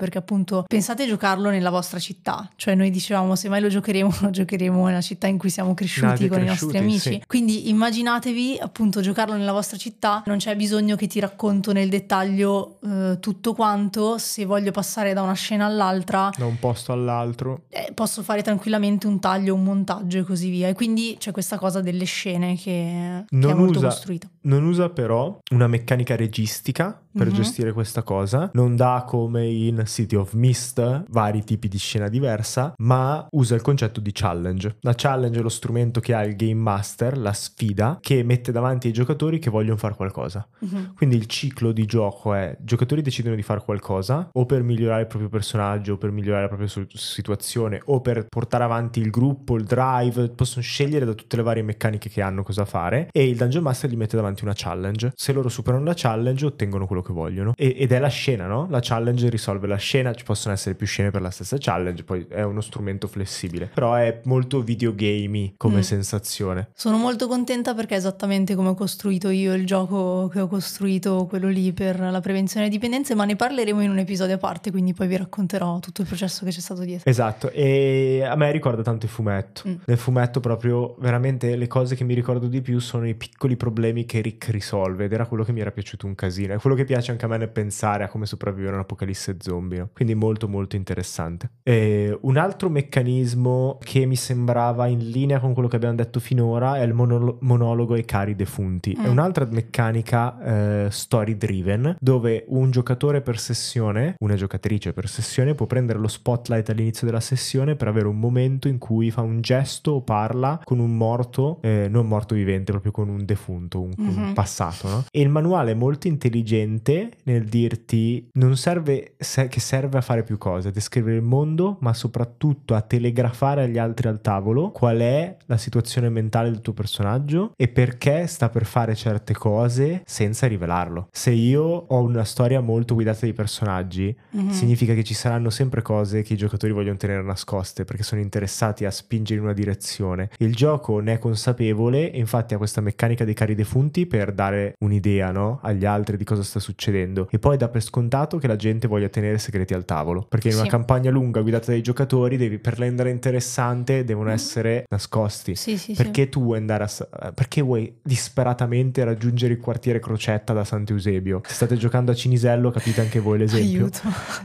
perché appunto pensate a giocarlo nella vostra città, cioè noi dicevamo se mai lo giocheremo lo giocheremo nella città in cui siamo cresciuti Nati con cresciuti, i nostri amici, sì. quindi immaginatevi appunto giocarlo nella vostra città, non c'è bisogno che ti racconto nel dettaglio eh, tutto quanto, se voglio passare da una scena all'altra Da un posto all'altro eh, posso fare tranquillamente un taglio, un montaggio e così via, e quindi c'è questa cosa delle scene che, che Non è molto usa- costruita. non usa però una meccanica registica per Mhm. gestire questa cosa, non dà come in City of Mist vari tipi di scena diversa, ma usa il concetto di challenge. La challenge è lo strumento che ha il Game Master, la sfida, che mette davanti ai giocatori che vogliono fare qualcosa. Mhm. Quindi il ciclo di gioco è: giocatori decidono di fare qualcosa o per migliorare il proprio personaggio, o per migliorare la propria su- situazione, o per portare avanti il gruppo, il drive, possono scegliere da tutte le varie meccaniche che hanno cosa fare, e il Dungeon Master gli mette davanti una challenge. Se loro superano la challenge ottengono quello che vogliono, e- ed è la scena, no? La challenge risolve la scena, ci possono essere più scene per la stessa challenge, poi è uno strumento flessibile, però è molto videogamey come Mm. sensazione. Sono molto contenta perché è esattamente come ho costruito io il gioco che ho costruito, quello lì per la prevenzione dipendenze, ma ne parleremo in un episodio a parte, quindi poi vi racconterò tutto il processo che c'è stato dietro. Esatto, e a me ricorda tanto il fumetto. Mm. Nel fumetto proprio veramente le cose che mi ricordo di più sono i piccoli problemi che Rick risolve, ed era quello che mi era piaciuto un casino. È quello che piace anche a me nel pensare a come sopravvivere a un'apocalisse zombie, no? Quindi molto molto interessante. E un altro meccanismo che mi sembrava in linea con quello che abbiamo detto finora è il monolo- monologo ai cari defunti. Mm. È un'altra meccanica eh, story driven, dove un giocatore per sessione, una giocatrice per sessione, può prendere lo spotlight all'inizio della sessione per avere un momento in cui fa un gesto o parla con un morto, eh, non morto vivente, proprio con un defunto, un, con un Mhm. passato, no? E il manuale è molto intelligente nel dirti non serve se- che serve a fare più cose, a descrivere il mondo, ma soprattutto a telegrafare agli altri al tavolo qual è la situazione mentale del tuo personaggio e perché sta per fare certe cose senza rivelarlo. Se io ho una storia molto guidata dai personaggi, Mhm. significa che ci saranno sempre cose che i giocatori vogliono tenere nascoste perché sono interessati a spingere in una direzione. Il gioco ne è consapevole e infatti ha questa meccanica dei cari defunti per dare un'idea, no, agli altri di cosa sta succedendo, e poi dà per scontato che la gente voglia tenere segreti al tavolo, perché in una Sì. campagna lunga guidata dai giocatori devi, per rendere interessante, devono Mm. essere nascosti. Sì, sì, Perché sì. tu vuoi andare a sa- perché vuoi disperatamente raggiungere il quartiere Crocetta da Sant'Eusebio? Se state giocando a Cinisello capite anche voi l'esempio. Aiuto.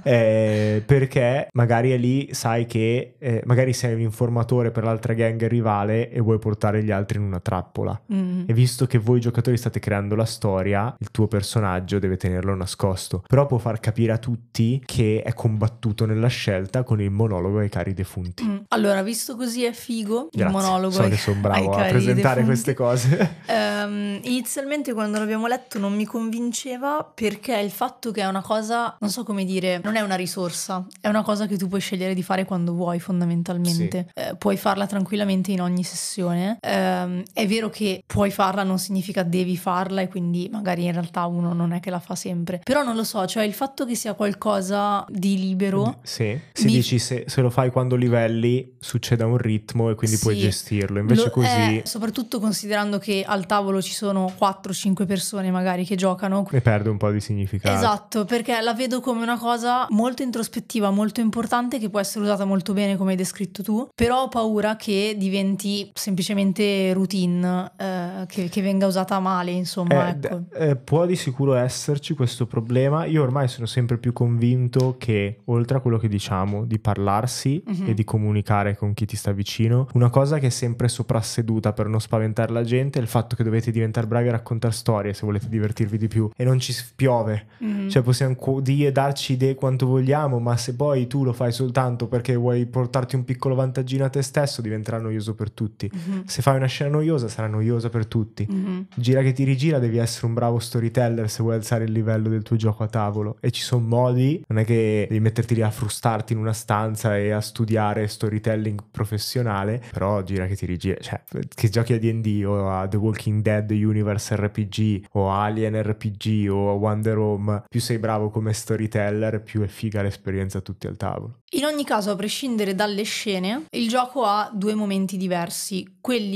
Eh, perché magari è lì, sai che eh, magari sei un informatore per l'altra gang rivale e vuoi portare gli altri in una trappola. Mm. E visto che voi giocatori state creando la storia, il tuo personaggio deve tenerlo nascosto, però può far capire a tutti che è combattuto nella scelta con il monologo ai cari defunti. Mm. Allora, visto così è figo il Grazie, monologo so ai, che sono ai bravo a cari presentare defunti. queste cose. Ehm, inizialmente quando l'abbiamo letto non mi convinceva perché il fatto che è una cosa, non so come dire, non è una risorsa, è una cosa che tu puoi scegliere di fare quando vuoi fondamentalmente. Eh, puoi farla tranquillamente in ogni sessione. Ehm, è vero che puoi farla non significa devi farla e quindi magari in realtà uno non è che la fa sempre. Però non lo so, cioè il fatto che sia qualcosa di libero. Sì, si Mi- dici se, se lo fai quando livelli succede a un ritmo e quindi puoi Sì, gestirlo, invece lo così è, soprattutto considerando che al tavolo ci sono quattro cinque persone magari che giocano. ne perde un po' di significato. Esatto, perché la vedo come una cosa molto introspettiva, molto importante, che può essere usata molto bene come hai descritto tu, però ho paura che diventi semplicemente routine, eh, che, che venga usata male, insomma, Eh, ecco. d- eh, può di sicuro esserci questo problema. Io ormai sono sempre più convinto che, oltre a quello che diciamo di parlarsi Mhm. e di comunicare con chi ti sta vicino, una cosa che è sempre soprasseduta per non spaventare la gente è il fatto che dovete diventare bravi a raccontare storie se volete divertirvi di più, e non ci piove. Mhm. Cioè possiamo co- dire, darci idee quanto vogliamo, ma se poi tu lo fai soltanto perché vuoi portarti un piccolo vantaggino a te stesso, diventerà noioso per tutti. Mhm. Se fai una scena noiosa sarà noiosa per tutti. Mhm. Gira che ti rigira, devi essere un bravo storyteller se vuoi alzare il livello del tuo gioco a tavolo, e ci sono modi, non è che devi metterti lì a frustarti in una stanza e a studiare storytelling professionale, però gira che ti rigira, cioè che giochi a D and D o a The Walking Dead Universe R P G o a Alien R P G o a Wonder Home, più sei bravo come storyteller più è figa l'esperienza tutti al tavolo. In ogni caso, a prescindere dalle scene, il gioco ha due momenti diversi, quelli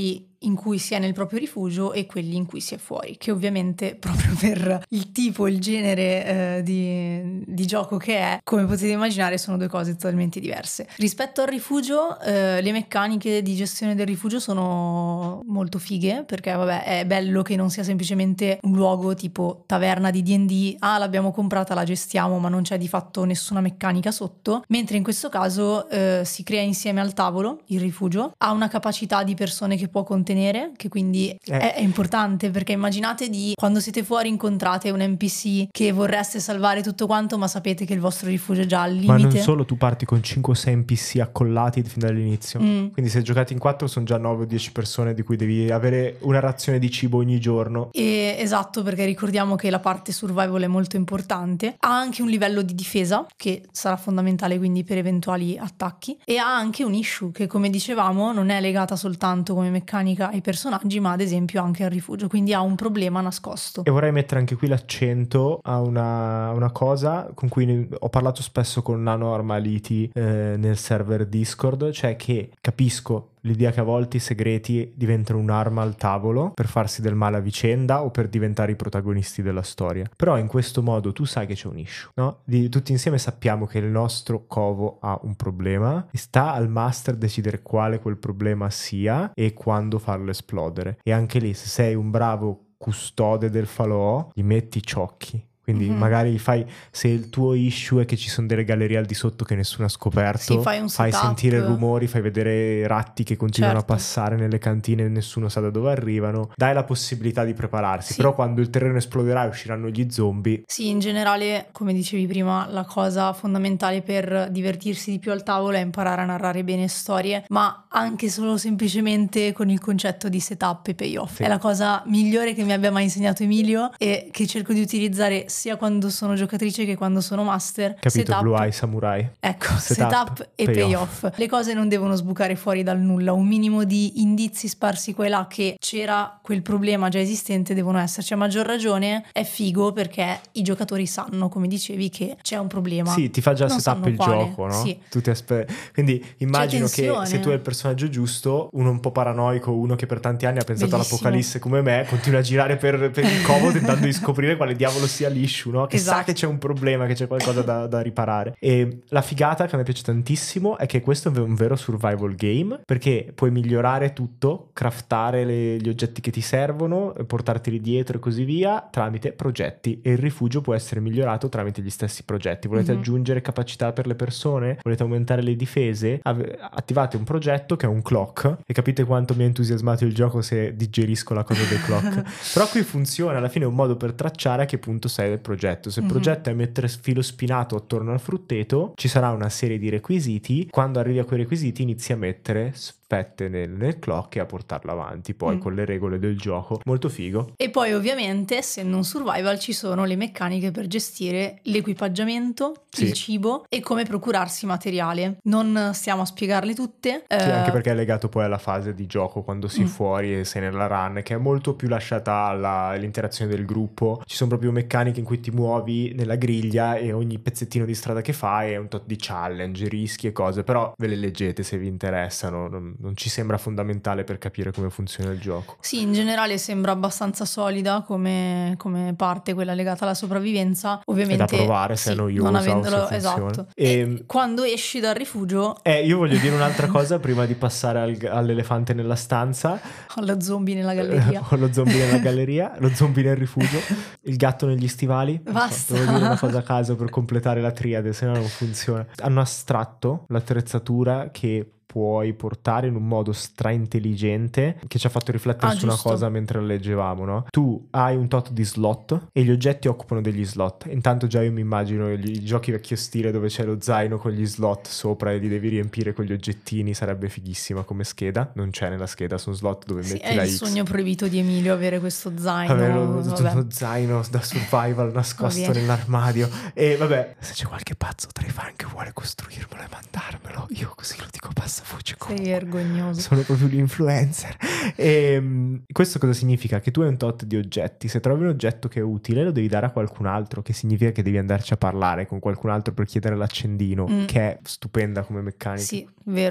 in cui si è nel proprio rifugio e quelli in cui si è fuori, che ovviamente proprio per il tipo, il genere eh, di, di gioco che è, come potete immaginare, sono due cose totalmente diverse. Rispetto al rifugio, eh, le meccaniche di gestione del rifugio sono molto fighe, perché vabbè, è bello che non sia semplicemente un luogo tipo taverna di D and D, ah l'abbiamo comprata, la gestiamo, ma non c'è di fatto nessuna meccanica sotto, mentre in questo caso eh, si crea insieme al tavolo il rifugio, ha una capacità di persone che può contenere, che quindi Eh. è, è importante, perché immaginate di quando siete fuori incontrate un N P C che vorreste salvare tutto quanto, ma sapete che il vostro rifugio è già al limite. Ma non solo, tu parti con cinque o sei N P C accollati fin dall'inizio. Mm. Quindi se giocate in quattro sono già nove o dieci persone di cui devi avere una razione di cibo ogni giorno. E, esatto, perché ricordiamo che la parte survival è molto importante. Ha anche un livello di difesa che sarà fondamentale quindi per eventuali attacchi, e ha anche un issue che, come dicevamo, non è legata soltanto come meccanica ai personaggi, ma ad esempio anche al rifugio, quindi ha un problema nascosto. E vorrei mettere anche qui l'accento a una, una cosa con cui ho parlato spesso con Nano Armaliti eh, nel server Discord, cioè che capisco l'idea che a volte i segreti diventano un'arma al tavolo per farsi del male a vicenda o per diventare i protagonisti della storia. Però in questo modo tu sai che c'è un issue, no? Di, tutti insieme sappiamo che il nostro covo ha un problema e sta al master decidere quale quel problema sia e quando farlo esplodere. E anche lì, se sei un bravo custode del falò, gli metti ciocchi. Quindi mm-hmm. magari fai, se il tuo issue è che ci sono delle gallerie al di sotto che nessuno ha scoperto, sì, fai, un fai sentire rumori, fai vedere ratti che continuano certo. a passare nelle cantine e nessuno sa da dove arrivano, dai la possibilità di prepararsi. Sì. Però quando il terreno esploderà e usciranno gli zombie. Sì, in generale, come dicevi prima, la cosa fondamentale per divertirsi di più al tavolo è imparare a narrare bene storie, ma anche solo semplicemente con il concetto di setup e payoff. Sì. È la cosa migliore che mi abbia mai insegnato Emilio e che cerco di utilizzare sia quando sono giocatrice che quando sono master. Capito, setup, Blue Eye Samurai. Ecco, Setup, setup e payoff. payoff. Le cose non devono sbucare fuori dal nulla, un minimo di indizi sparsi qua e là che c'era quel problema già esistente devono esserci. A maggior ragione è figo perché i giocatori sanno, come dicevi, che c'è un problema. Sì, ti fa già non setup sanno il quale. gioco, no? Sì. Tu ti aspe- Quindi immagino che tensione. se tu hai il personaggio giusto, uno un po' paranoico, uno che per tanti anni ha pensato Bellissimo. all'Apocalisse come me, continua a girare per, per il covo tentando di scoprire quale diavolo sia l'issue, no? Che Esatto. sa che c'è un problema, che c'è qualcosa da, da riparare. E la figata che a me piace tantissimo è che questo è un vero survival game, perché puoi migliorare tutto, craftare le, gli oggetti che ti servono, portarteli dietro e così via tramite progetti, e il rifugio può essere migliorato tramite gli stessi progetti. Volete Mm-hmm. aggiungere capacità per le persone? Volete aumentare le difese? Ave- attivate un progetto che è un clock, e capite quanto mi ha entusiasmato il gioco se digerisco la cosa del clock. Però qui funziona, alla fine è un modo per tracciare a che punto sei del progetto. Se il Mm-hmm. progetto è mettere filo spinato attorno al frutteto, ci sarà una serie di requisiti. Quando arrivi a quei requisiti inizi a mettere fette nel, nel clock e a portarlo avanti poi mm. con le regole del gioco. Molto figo. E poi ovviamente, essendo un survival, ci sono le meccaniche per gestire l'equipaggiamento, Sì. il cibo e come procurarsi materiale. Non stiamo a spiegarle tutte. Sì, eh, anche perché è legato poi alla fase di gioco quando sei Mm. fuori e sei nella run, che è molto più lasciata alla, all'interazione del gruppo. Ci sono proprio meccaniche in cui ti muovi nella griglia e ogni pezzettino di strada che fai è un tot di challenge, rischi e cose, però ve le leggete se vi interessano. Non, non ci sembra fondamentale per capire come funziona il gioco. Sì, in generale sembra abbastanza solida come, come parte, quella legata alla sopravvivenza. Ovviamente È da provare se sì, è noiosa non o se avendolo, funziona. esatto. E- E quando esci dal rifugio, Eh, io voglio dire un'altra cosa prima di passare al- all'elefante nella stanza. allo zombie nella galleria. O lo zombie nella galleria, lo zombie nel rifugio, il gatto negli stivali. Non Basta. So, devo dire una cosa a caso per completare la triade, se no non funziona. Hanno astratto l'attrezzatura che puoi portare in un modo straintelligente, che ci ha fatto riflettere Ah, su una giusto. cosa mentre la leggevamo, no? Tu hai un tot di slot e gli oggetti occupano degli slot. Intanto già io mi immagino gli, i giochi vecchio stile dove c'è lo zaino con gli slot sopra e li devi riempire con gli oggettini, sarebbe fighissima come scheda. Non c'è nella scheda, sono slot dove Sì, metti è la il X. sogno proibito di Emilio avere questo zaino. Avere lo, vabbè. uno zaino da survival nascosto Va bene. nell'armadio. E vabbè, se c'è qualche pazzo tra i fan che vuole costruirmelo e mandarmelo, io così lo dico passafoce. Sei vergognoso. Sono proprio l'influencer. E um, questo cosa significa? Che tu hai un tot di oggetti. Se trovi un oggetto che è utile, lo devi dare a qualcun altro, che significa che devi andarci a parlare con qualcun altro per chiedere l'accendino, Mm. che è stupenda come meccanica. Sì, vero.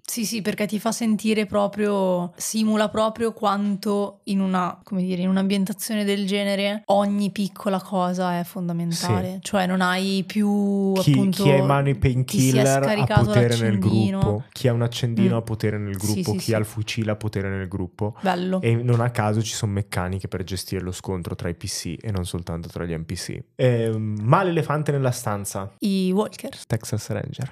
Sì, sì, perché ti fa sentire proprio, simula proprio quanto in una, come dire, in un'ambientazione del genere ogni piccola cosa è fondamentale. Sì. Cioè non hai più Chi, appunto chi ha in mano i ti si è painkiller ha scaricato potere nel l'accendino. gruppo, chi ha un accendino Mm. ha potere nel Sì, gruppo, sì, chi sì. ha il fucile ha potere nel gruppo. Bello. E non a caso ci sono meccaniche per gestire lo scontro tra i P C e non soltanto tra gli N P C. Ehm, ma l'elefante nella stanza, I Walker. Texas Ranger.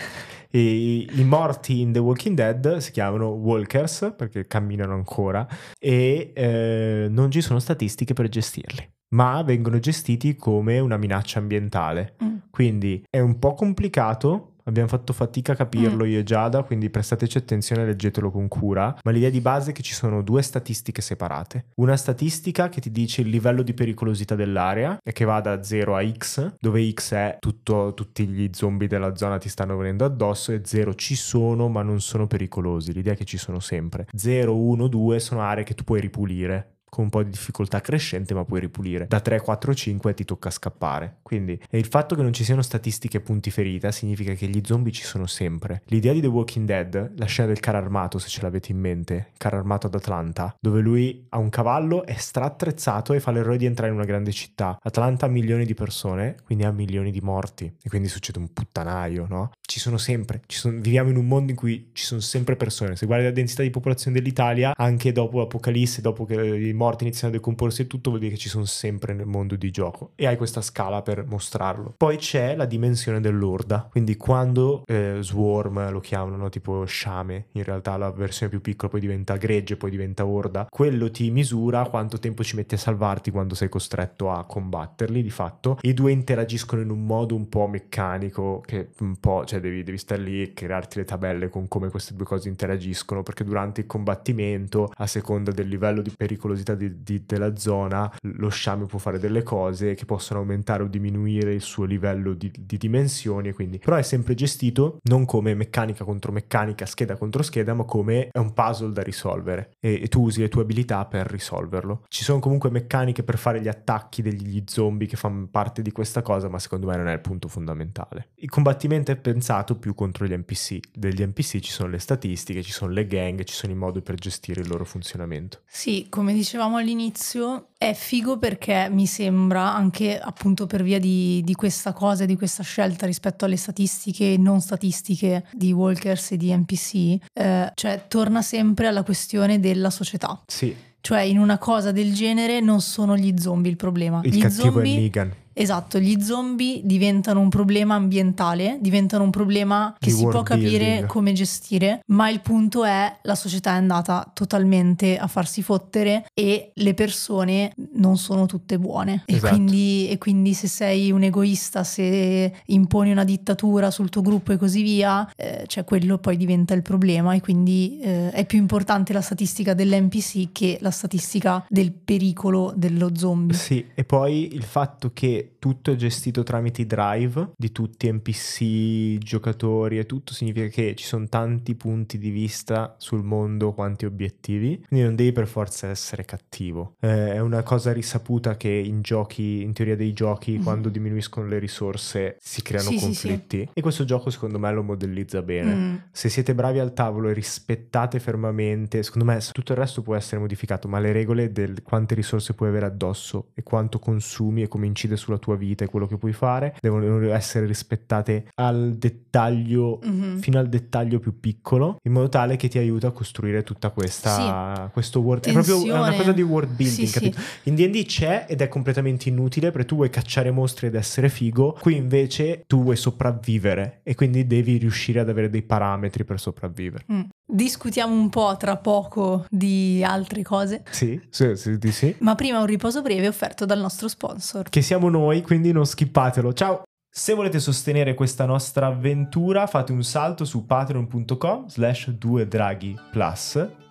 E i morti in The Walking Dead si chiamano walkers perché camminano ancora e eh, non ci sono statistiche per gestirli, ma vengono gestiti come una minaccia ambientale. Mm. Quindi è un po' complicato. Abbiamo fatto fatica a capirlo Mm. io e Giada, quindi prestateci attenzione e leggetelo con cura. Ma l'idea di base è che ci sono due statistiche separate. Una statistica che ti dice il livello di pericolosità dell'area e che va da zero a X, dove X è tutto, tutti gli zombie della zona ti stanno venendo addosso e zero ci sono ma non sono pericolosi. L'idea è che ci sono sempre. zero, uno, due sono aree che tu puoi ripulire con un po' di difficoltà crescente, ma puoi ripulire. Da tre, quattro, cinque ti tocca scappare. Quindi e il fatto che non ci siano statistiche punti ferita significa che gli zombie ci sono sempre. L'idea di The Walking Dead, la scena del carro armato, se ce l'avete in mente, carro armato ad Atlanta, dove lui ha un cavallo, è straattrezzato e fa l'errore di entrare in una grande città. Atlanta ha milioni di persone, quindi ha milioni di morti e quindi succede un puttanaio, no? Ci sono sempre, ci sono, viviamo in un mondo in cui ci sono sempre persone. Se guardi la densità di popolazione dell'Italia, anche dopo l'apocalisse, dopo che i morti iniziano a decomporsi e tutto, vuol dire che ci sono sempre nel mondo di gioco e hai questa scala per mostrarlo. Poi c'è la dimensione dell'orda, quindi quando eh, Swarm lo chiamano, tipo sciame, in realtà la versione più piccola poi diventa gregge, poi diventa orda, quello ti misura quanto tempo ci metti a salvarti quando sei costretto a combatterli. Di fatto i due interagiscono in un modo un po' meccanico, che un po', cioè devi, devi stare lì e crearti le tabelle con come queste due cose interagiscono, perché durante il combattimento, a seconda del livello di pericolosità di, di, della zona, lo sciame può fare delle cose che possono aumentare o diminuire il suo livello di, di dimensioni, e quindi però è sempre gestito non come meccanica contro meccanica, scheda contro scheda, ma come è un puzzle da risolvere e, e tu usi le tue abilità per risolverlo. Ci sono comunque meccaniche per fare gli attacchi degli zombie che fanno parte di questa cosa, ma secondo me non è il punto fondamentale. Il combattimento è pensato più contro gli N P C. Degli N P C ci sono le statistiche, ci sono le gang, ci sono i modi per gestire il loro funzionamento. Sì, come dicevamo all'inizio, è figo perché mi sembra, anche appunto per via di, di questa cosa e di questa scelta rispetto alle statistiche e non statistiche di walkers e di N P C, eh, cioè torna sempre alla questione della società. Sì. Cioè in una cosa del genere non sono gli zombie il problema. Il gli cattivo zombie... è Negan. Esatto, gli zombie diventano un problema ambientale, diventano un problema che Di si può world capire building. come gestire, ma il punto è la società è andata totalmente a farsi fottere e le persone non sono tutte buone. Esatto. E quindi, e quindi se sei un egoista, se imponi una dittatura sul tuo gruppo e così via, eh, cioè quello poi diventa il problema e quindi eh, è più importante la statistica dell'N P C che la statistica del pericolo dello zombie. Sì, e poi il fatto che tutto è gestito tramite i drive di tutti N P C, giocatori e tutto, significa che ci sono tanti punti di vista sul mondo, quanti obiettivi, quindi non devi per forza essere cattivo. Eh, è una cosa risaputa che in giochi, in teoria dei giochi, mm-hmm. quando diminuiscono le risorse si creano sì, conflitti, sì, sì. E questo gioco secondo me lo modellizza bene. Mm. Se siete bravi al tavolo e rispettate fermamente, secondo me tutto il resto può essere modificato, ma le regole del quante risorse puoi avere addosso e quanto consumi e come incide sulla tua vita e quello che puoi fare devono essere rispettate al dettaglio, mm-hmm. fino al dettaglio più piccolo, in modo tale che ti aiuta a costruire tutta questa sì. questo world. Tensione. È proprio una cosa di world building, sì, capito? Sì. In D and D c'è ed è completamente inutile perché tu vuoi cacciare mostri ed essere figo, qui invece tu vuoi sopravvivere e quindi devi riuscire ad avere dei parametri per sopravvivere. Mm. Discutiamo un po' tra poco di altre cose. Sì, sì, sì, sì, sì. Ma prima un riposo breve offerto dal nostro sponsor. Che siamo noi, quindi non skippatelo. Ciao! Se volete sostenere questa nostra avventura, fate un salto su patreon punto com slash due draghi plus.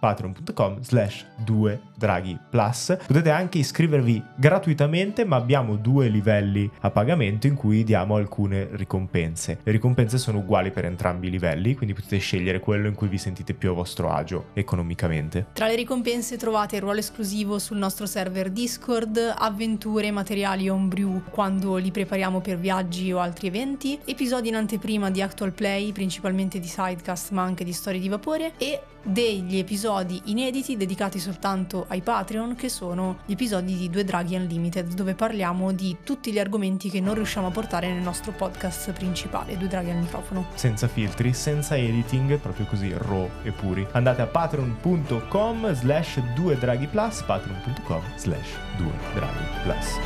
patreon.com slash 2draghi plus. Potete anche iscrivervi gratuitamente, ma abbiamo due livelli a pagamento in cui diamo alcune ricompense. Le ricompense sono uguali per entrambi i livelli, quindi potete scegliere quello in cui vi sentite più a vostro agio economicamente. Tra le ricompense trovate il ruolo esclusivo sul nostro server Discord, avventure, materiali homebrew quando li prepariamo per viaggi o altri eventi, episodi in anteprima di Actual Play, principalmente di Sidecast ma anche di Storie di Vapore, e degli episodi inediti dedicati soltanto ai Patreon, che sono gli episodi di Due Draghi Unlimited, dove parliamo di tutti gli argomenti che non riusciamo a portare nel nostro podcast principale, Due Draghi al microfono. Senza filtri, senza editing, proprio così raw e puri. Andate a patreon.com slash 2draghi plus, patreon.com slash 2draghi plus.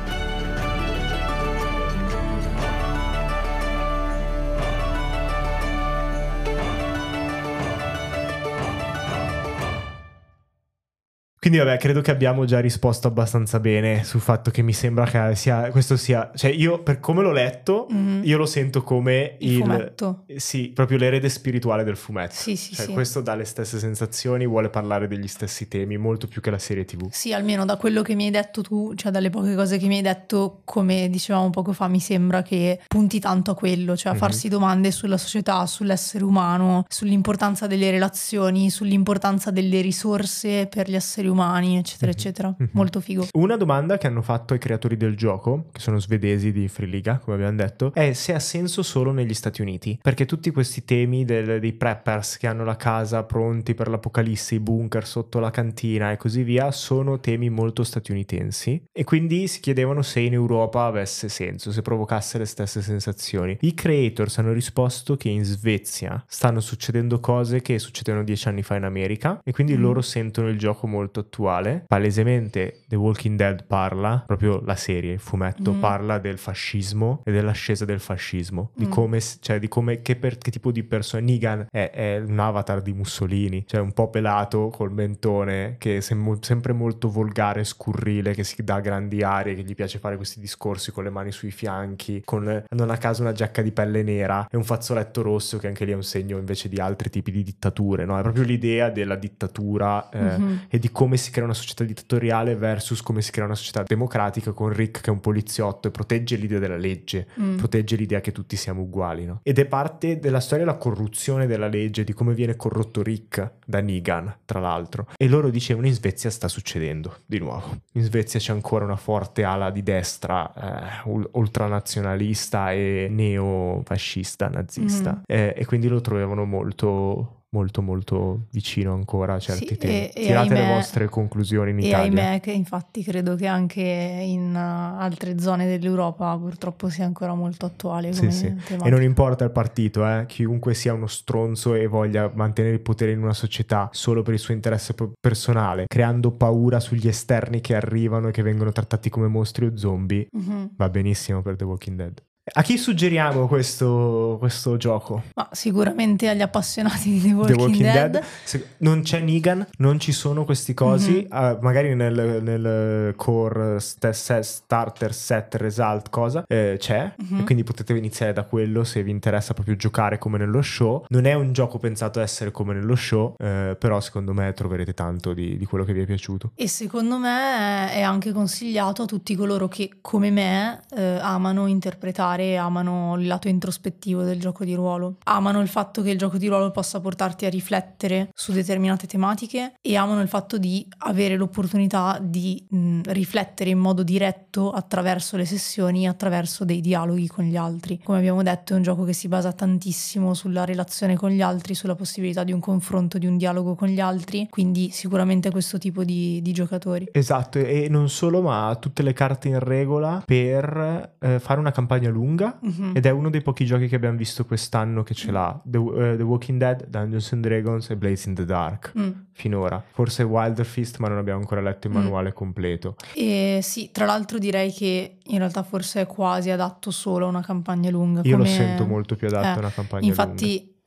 Quindi vabbè, credo che abbiamo già risposto abbastanza bene sul fatto che mi sembra che sia questo sia, cioè io per come l'ho letto, mm-hmm. io lo sento come il, il fumetto. Sì, proprio l'erede spirituale del fumetto. Sì, sì, cioè, sì. Questo dà le stesse sensazioni, vuole parlare degli stessi temi, molto più che la serie tivù. Sì, almeno da quello che mi hai detto tu, cioè dalle poche cose che mi hai detto, come dicevamo poco fa, mi sembra che punti tanto a quello, cioè a mm-hmm. farsi domande sulla società, sull'essere umano, sull'importanza delle relazioni, sull'importanza delle risorse per gli esseri umani, eccetera eccetera. Mm-hmm. Molto figo. Una domanda che hanno fatto ai creatori del gioco, che sono svedesi di Free Liga, come abbiamo detto, è se ha senso solo negli Stati Uniti, perché tutti questi temi del, dei preppers che hanno la casa pronti per l'apocalisse, i bunker sotto la cantina e così via, sono temi molto statunitensi, e quindi si chiedevano se in Europa avesse senso, se provocasse le stesse sensazioni. I creators hanno risposto che in Svezia stanno succedendo cose che succedevano dieci anni fa in America, e quindi mm. loro sentono il gioco molto attuale. Palesemente The Walking Dead parla, proprio la serie, il fumetto, mm. parla del fascismo e dell'ascesa del fascismo, mm. di come, cioè di come, che, per, che tipo di persona. Negan è, è un avatar di Mussolini, cioè un po' pelato col mentone, che è sem- sempre molto volgare, scurrile, che si dà grandi arie, che gli piace fare questi discorsi con le mani sui fianchi, con non a caso una giacca di pelle nera e un fazzoletto rosso, che anche lì è un segno invece di altri tipi di dittature, no? È proprio l'idea della dittatura eh, mm-hmm. e di come si crea una società dittatoriale versus come si crea una società democratica, con Rick che è un poliziotto e protegge l'idea della legge, mm. protegge l'idea che tutti siamo uguali, no? Ed è parte della storia la corruzione della legge, di come viene corrotto Rick da Negan, tra l'altro. E loro dicevano in Svezia sta succedendo di nuovo. In Svezia c'è ancora una forte ala di destra eh, ultranazionalista e neofascista, nazista, mm. eh, e quindi lo trovavano molto molto molto vicino ancora a certi sì, temi. E, e Tirate ahimè, le vostre conclusioni in e Italia. E ahimè che infatti credo che anche in uh, altre zone dell'Europa purtroppo sia ancora molto attuale come sì, sì. tematica. E non importa il partito, eh? Chiunque sia uno stronzo e voglia mantenere il potere in una società solo per il suo interesse personale, creando paura sugli esterni che arrivano e che vengono trattati come mostri o zombie, mm-hmm. va benissimo per The Walking Dead. A chi suggeriamo questo, questo gioco? Ma sicuramente agli appassionati di The Walking, The Walking Dead. Dead. Se, non c'è Negan, non ci sono questi cosi, mm-hmm. uh, magari nel, nel core st- st- starter set result cosa eh, c'è, mm-hmm. e quindi potete iniziare da quello se vi interessa proprio giocare come nello show. Non è un gioco pensato a essere come nello show, eh, però secondo me troverete tanto di, di quello che vi è piaciuto. E secondo me è anche consigliato a tutti coloro che come me eh, amano interpretare, amano il lato introspettivo del gioco di ruolo, amano il fatto che il gioco di ruolo possa portarti a riflettere su determinate tematiche, e amano il fatto di avere l'opportunità di mh, riflettere in modo diretto attraverso le sessioni, attraverso dei dialoghi con gli altri. Come abbiamo detto, è un gioco che si basa tantissimo sulla relazione con gli altri, sulla possibilità di un confronto, di un dialogo con gli altri, quindi sicuramente questo tipo di, di giocatori. Esatto, e non solo, ma ha tutte le carte in regola per eh, fare una campagna lunga. Mm-hmm. Ed è uno dei pochi giochi che abbiamo visto quest'anno che ce l'ha. The, uh, The Walking Dead, Dungeons and Dragons e Blades in the Dark mm. finora. Forse Wilder Fist, ma non abbiamo ancora letto il manuale mm. completo. E sì, tra l'altro direi che in realtà forse è quasi adatto solo a una campagna lunga. Io come... lo sento molto più adatto eh, a una campagna infatti, lunga.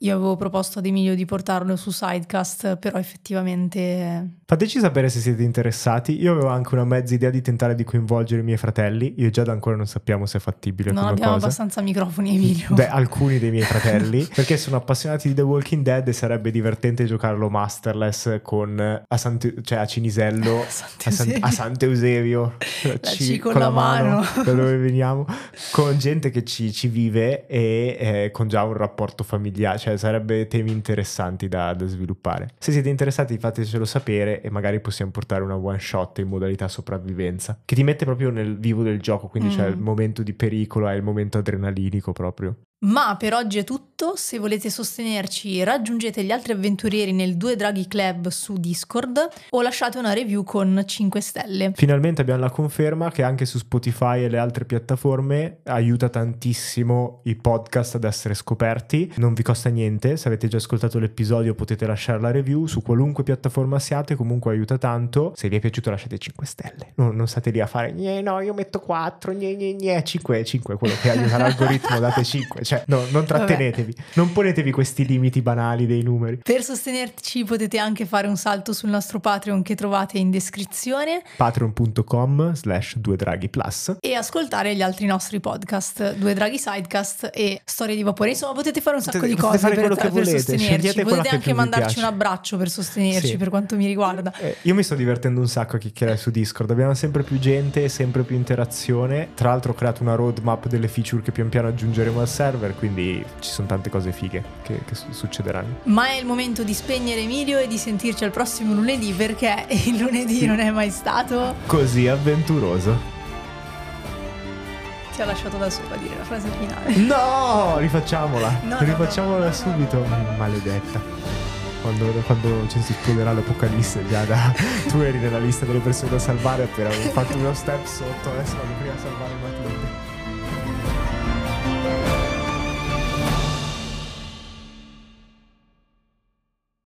Io avevo proposto ad Emilio di portarlo su Sidecast, però effettivamente... Fateci sapere se siete interessati. Io avevo anche una mezza idea di tentare di coinvolgere i miei fratelli. Io e Giada ancora non sappiamo se è fattibile non come abbiamo cosa. abbastanza microfoni, Emilio. Beh, alcuni dei miei fratelli, perché sono appassionati di The Walking Dead e sarebbe divertente giocarlo masterless con a, Sante, cioè a Cinisello, a, San, a Sant'Eusebio, la C con, con la mano, mano. Da dove veniamo, con gente che ci, ci vive e eh, con già un rapporto familiare, cioè sarebbe temi interessanti da, da sviluppare. Se siete interessati fatecelo sapere e magari possiamo portare una one shot in modalità sopravvivenza, che ti mette proprio nel vivo del gioco, quindi mm. c'è il momento di pericolo, è il momento adrenalinico proprio. Ma per oggi è tutto. Se volete sostenerci, raggiungete gli altri avventurieri nel Due Draghi Club su Discord o lasciate una review con cinque stelle. Finalmente abbiamo la conferma che anche su Spotify e le altre piattaforme aiuta tantissimo i podcast ad essere scoperti. Non vi costa niente, se avete già ascoltato l'episodio potete lasciare la review su qualunque piattaforma siate, comunque aiuta tanto. Se vi è piaciuto lasciate cinque stelle, non, non state lì a fare no io metto quattro, gne, gne, gne. cinque, cinque, quello che aiuta l'algoritmo, date cinque. Cioè, no, non trattenetevi. Vabbè. Non ponetevi questi limiti banali dei numeri. Per sostenerci potete anche fare un salto sul nostro Patreon che trovate in descrizione. Patreon.com slash due draghi plus. E ascoltare gli altri nostri podcast, Due Draghi Sidecast e Storie di Vapore. Insomma, potete fare un sacco potete, di cose per, per volete. sostenerci. Potete anche mandarci un abbraccio per sostenerci, sì. Per quanto mi riguarda. Eh, io mi sto divertendo un sacco a chiacchierare su Discord. Abbiamo sempre più gente, sempre più interazione. Tra l'altro ho creato una roadmap delle feature che pian piano aggiungeremo al server, quindi ci sono tante cose fighe che, che succederanno. Ma è il momento di spegnere Emilio e di sentirci al prossimo lunedì, perché il lunedì non è mai stato così avventuroso. Ti ho lasciato da sola a dire la frase finale. No, rifacciamola. No, Rifacciamola no, no, subito. no, no, no. Maledetta. Quando, quando ci si spoilerà l'apocalisse, Giada, tu eri nella lista delle persone da salvare, però avevo fatto uno step sotto, adesso vado prima a salvare Matilde.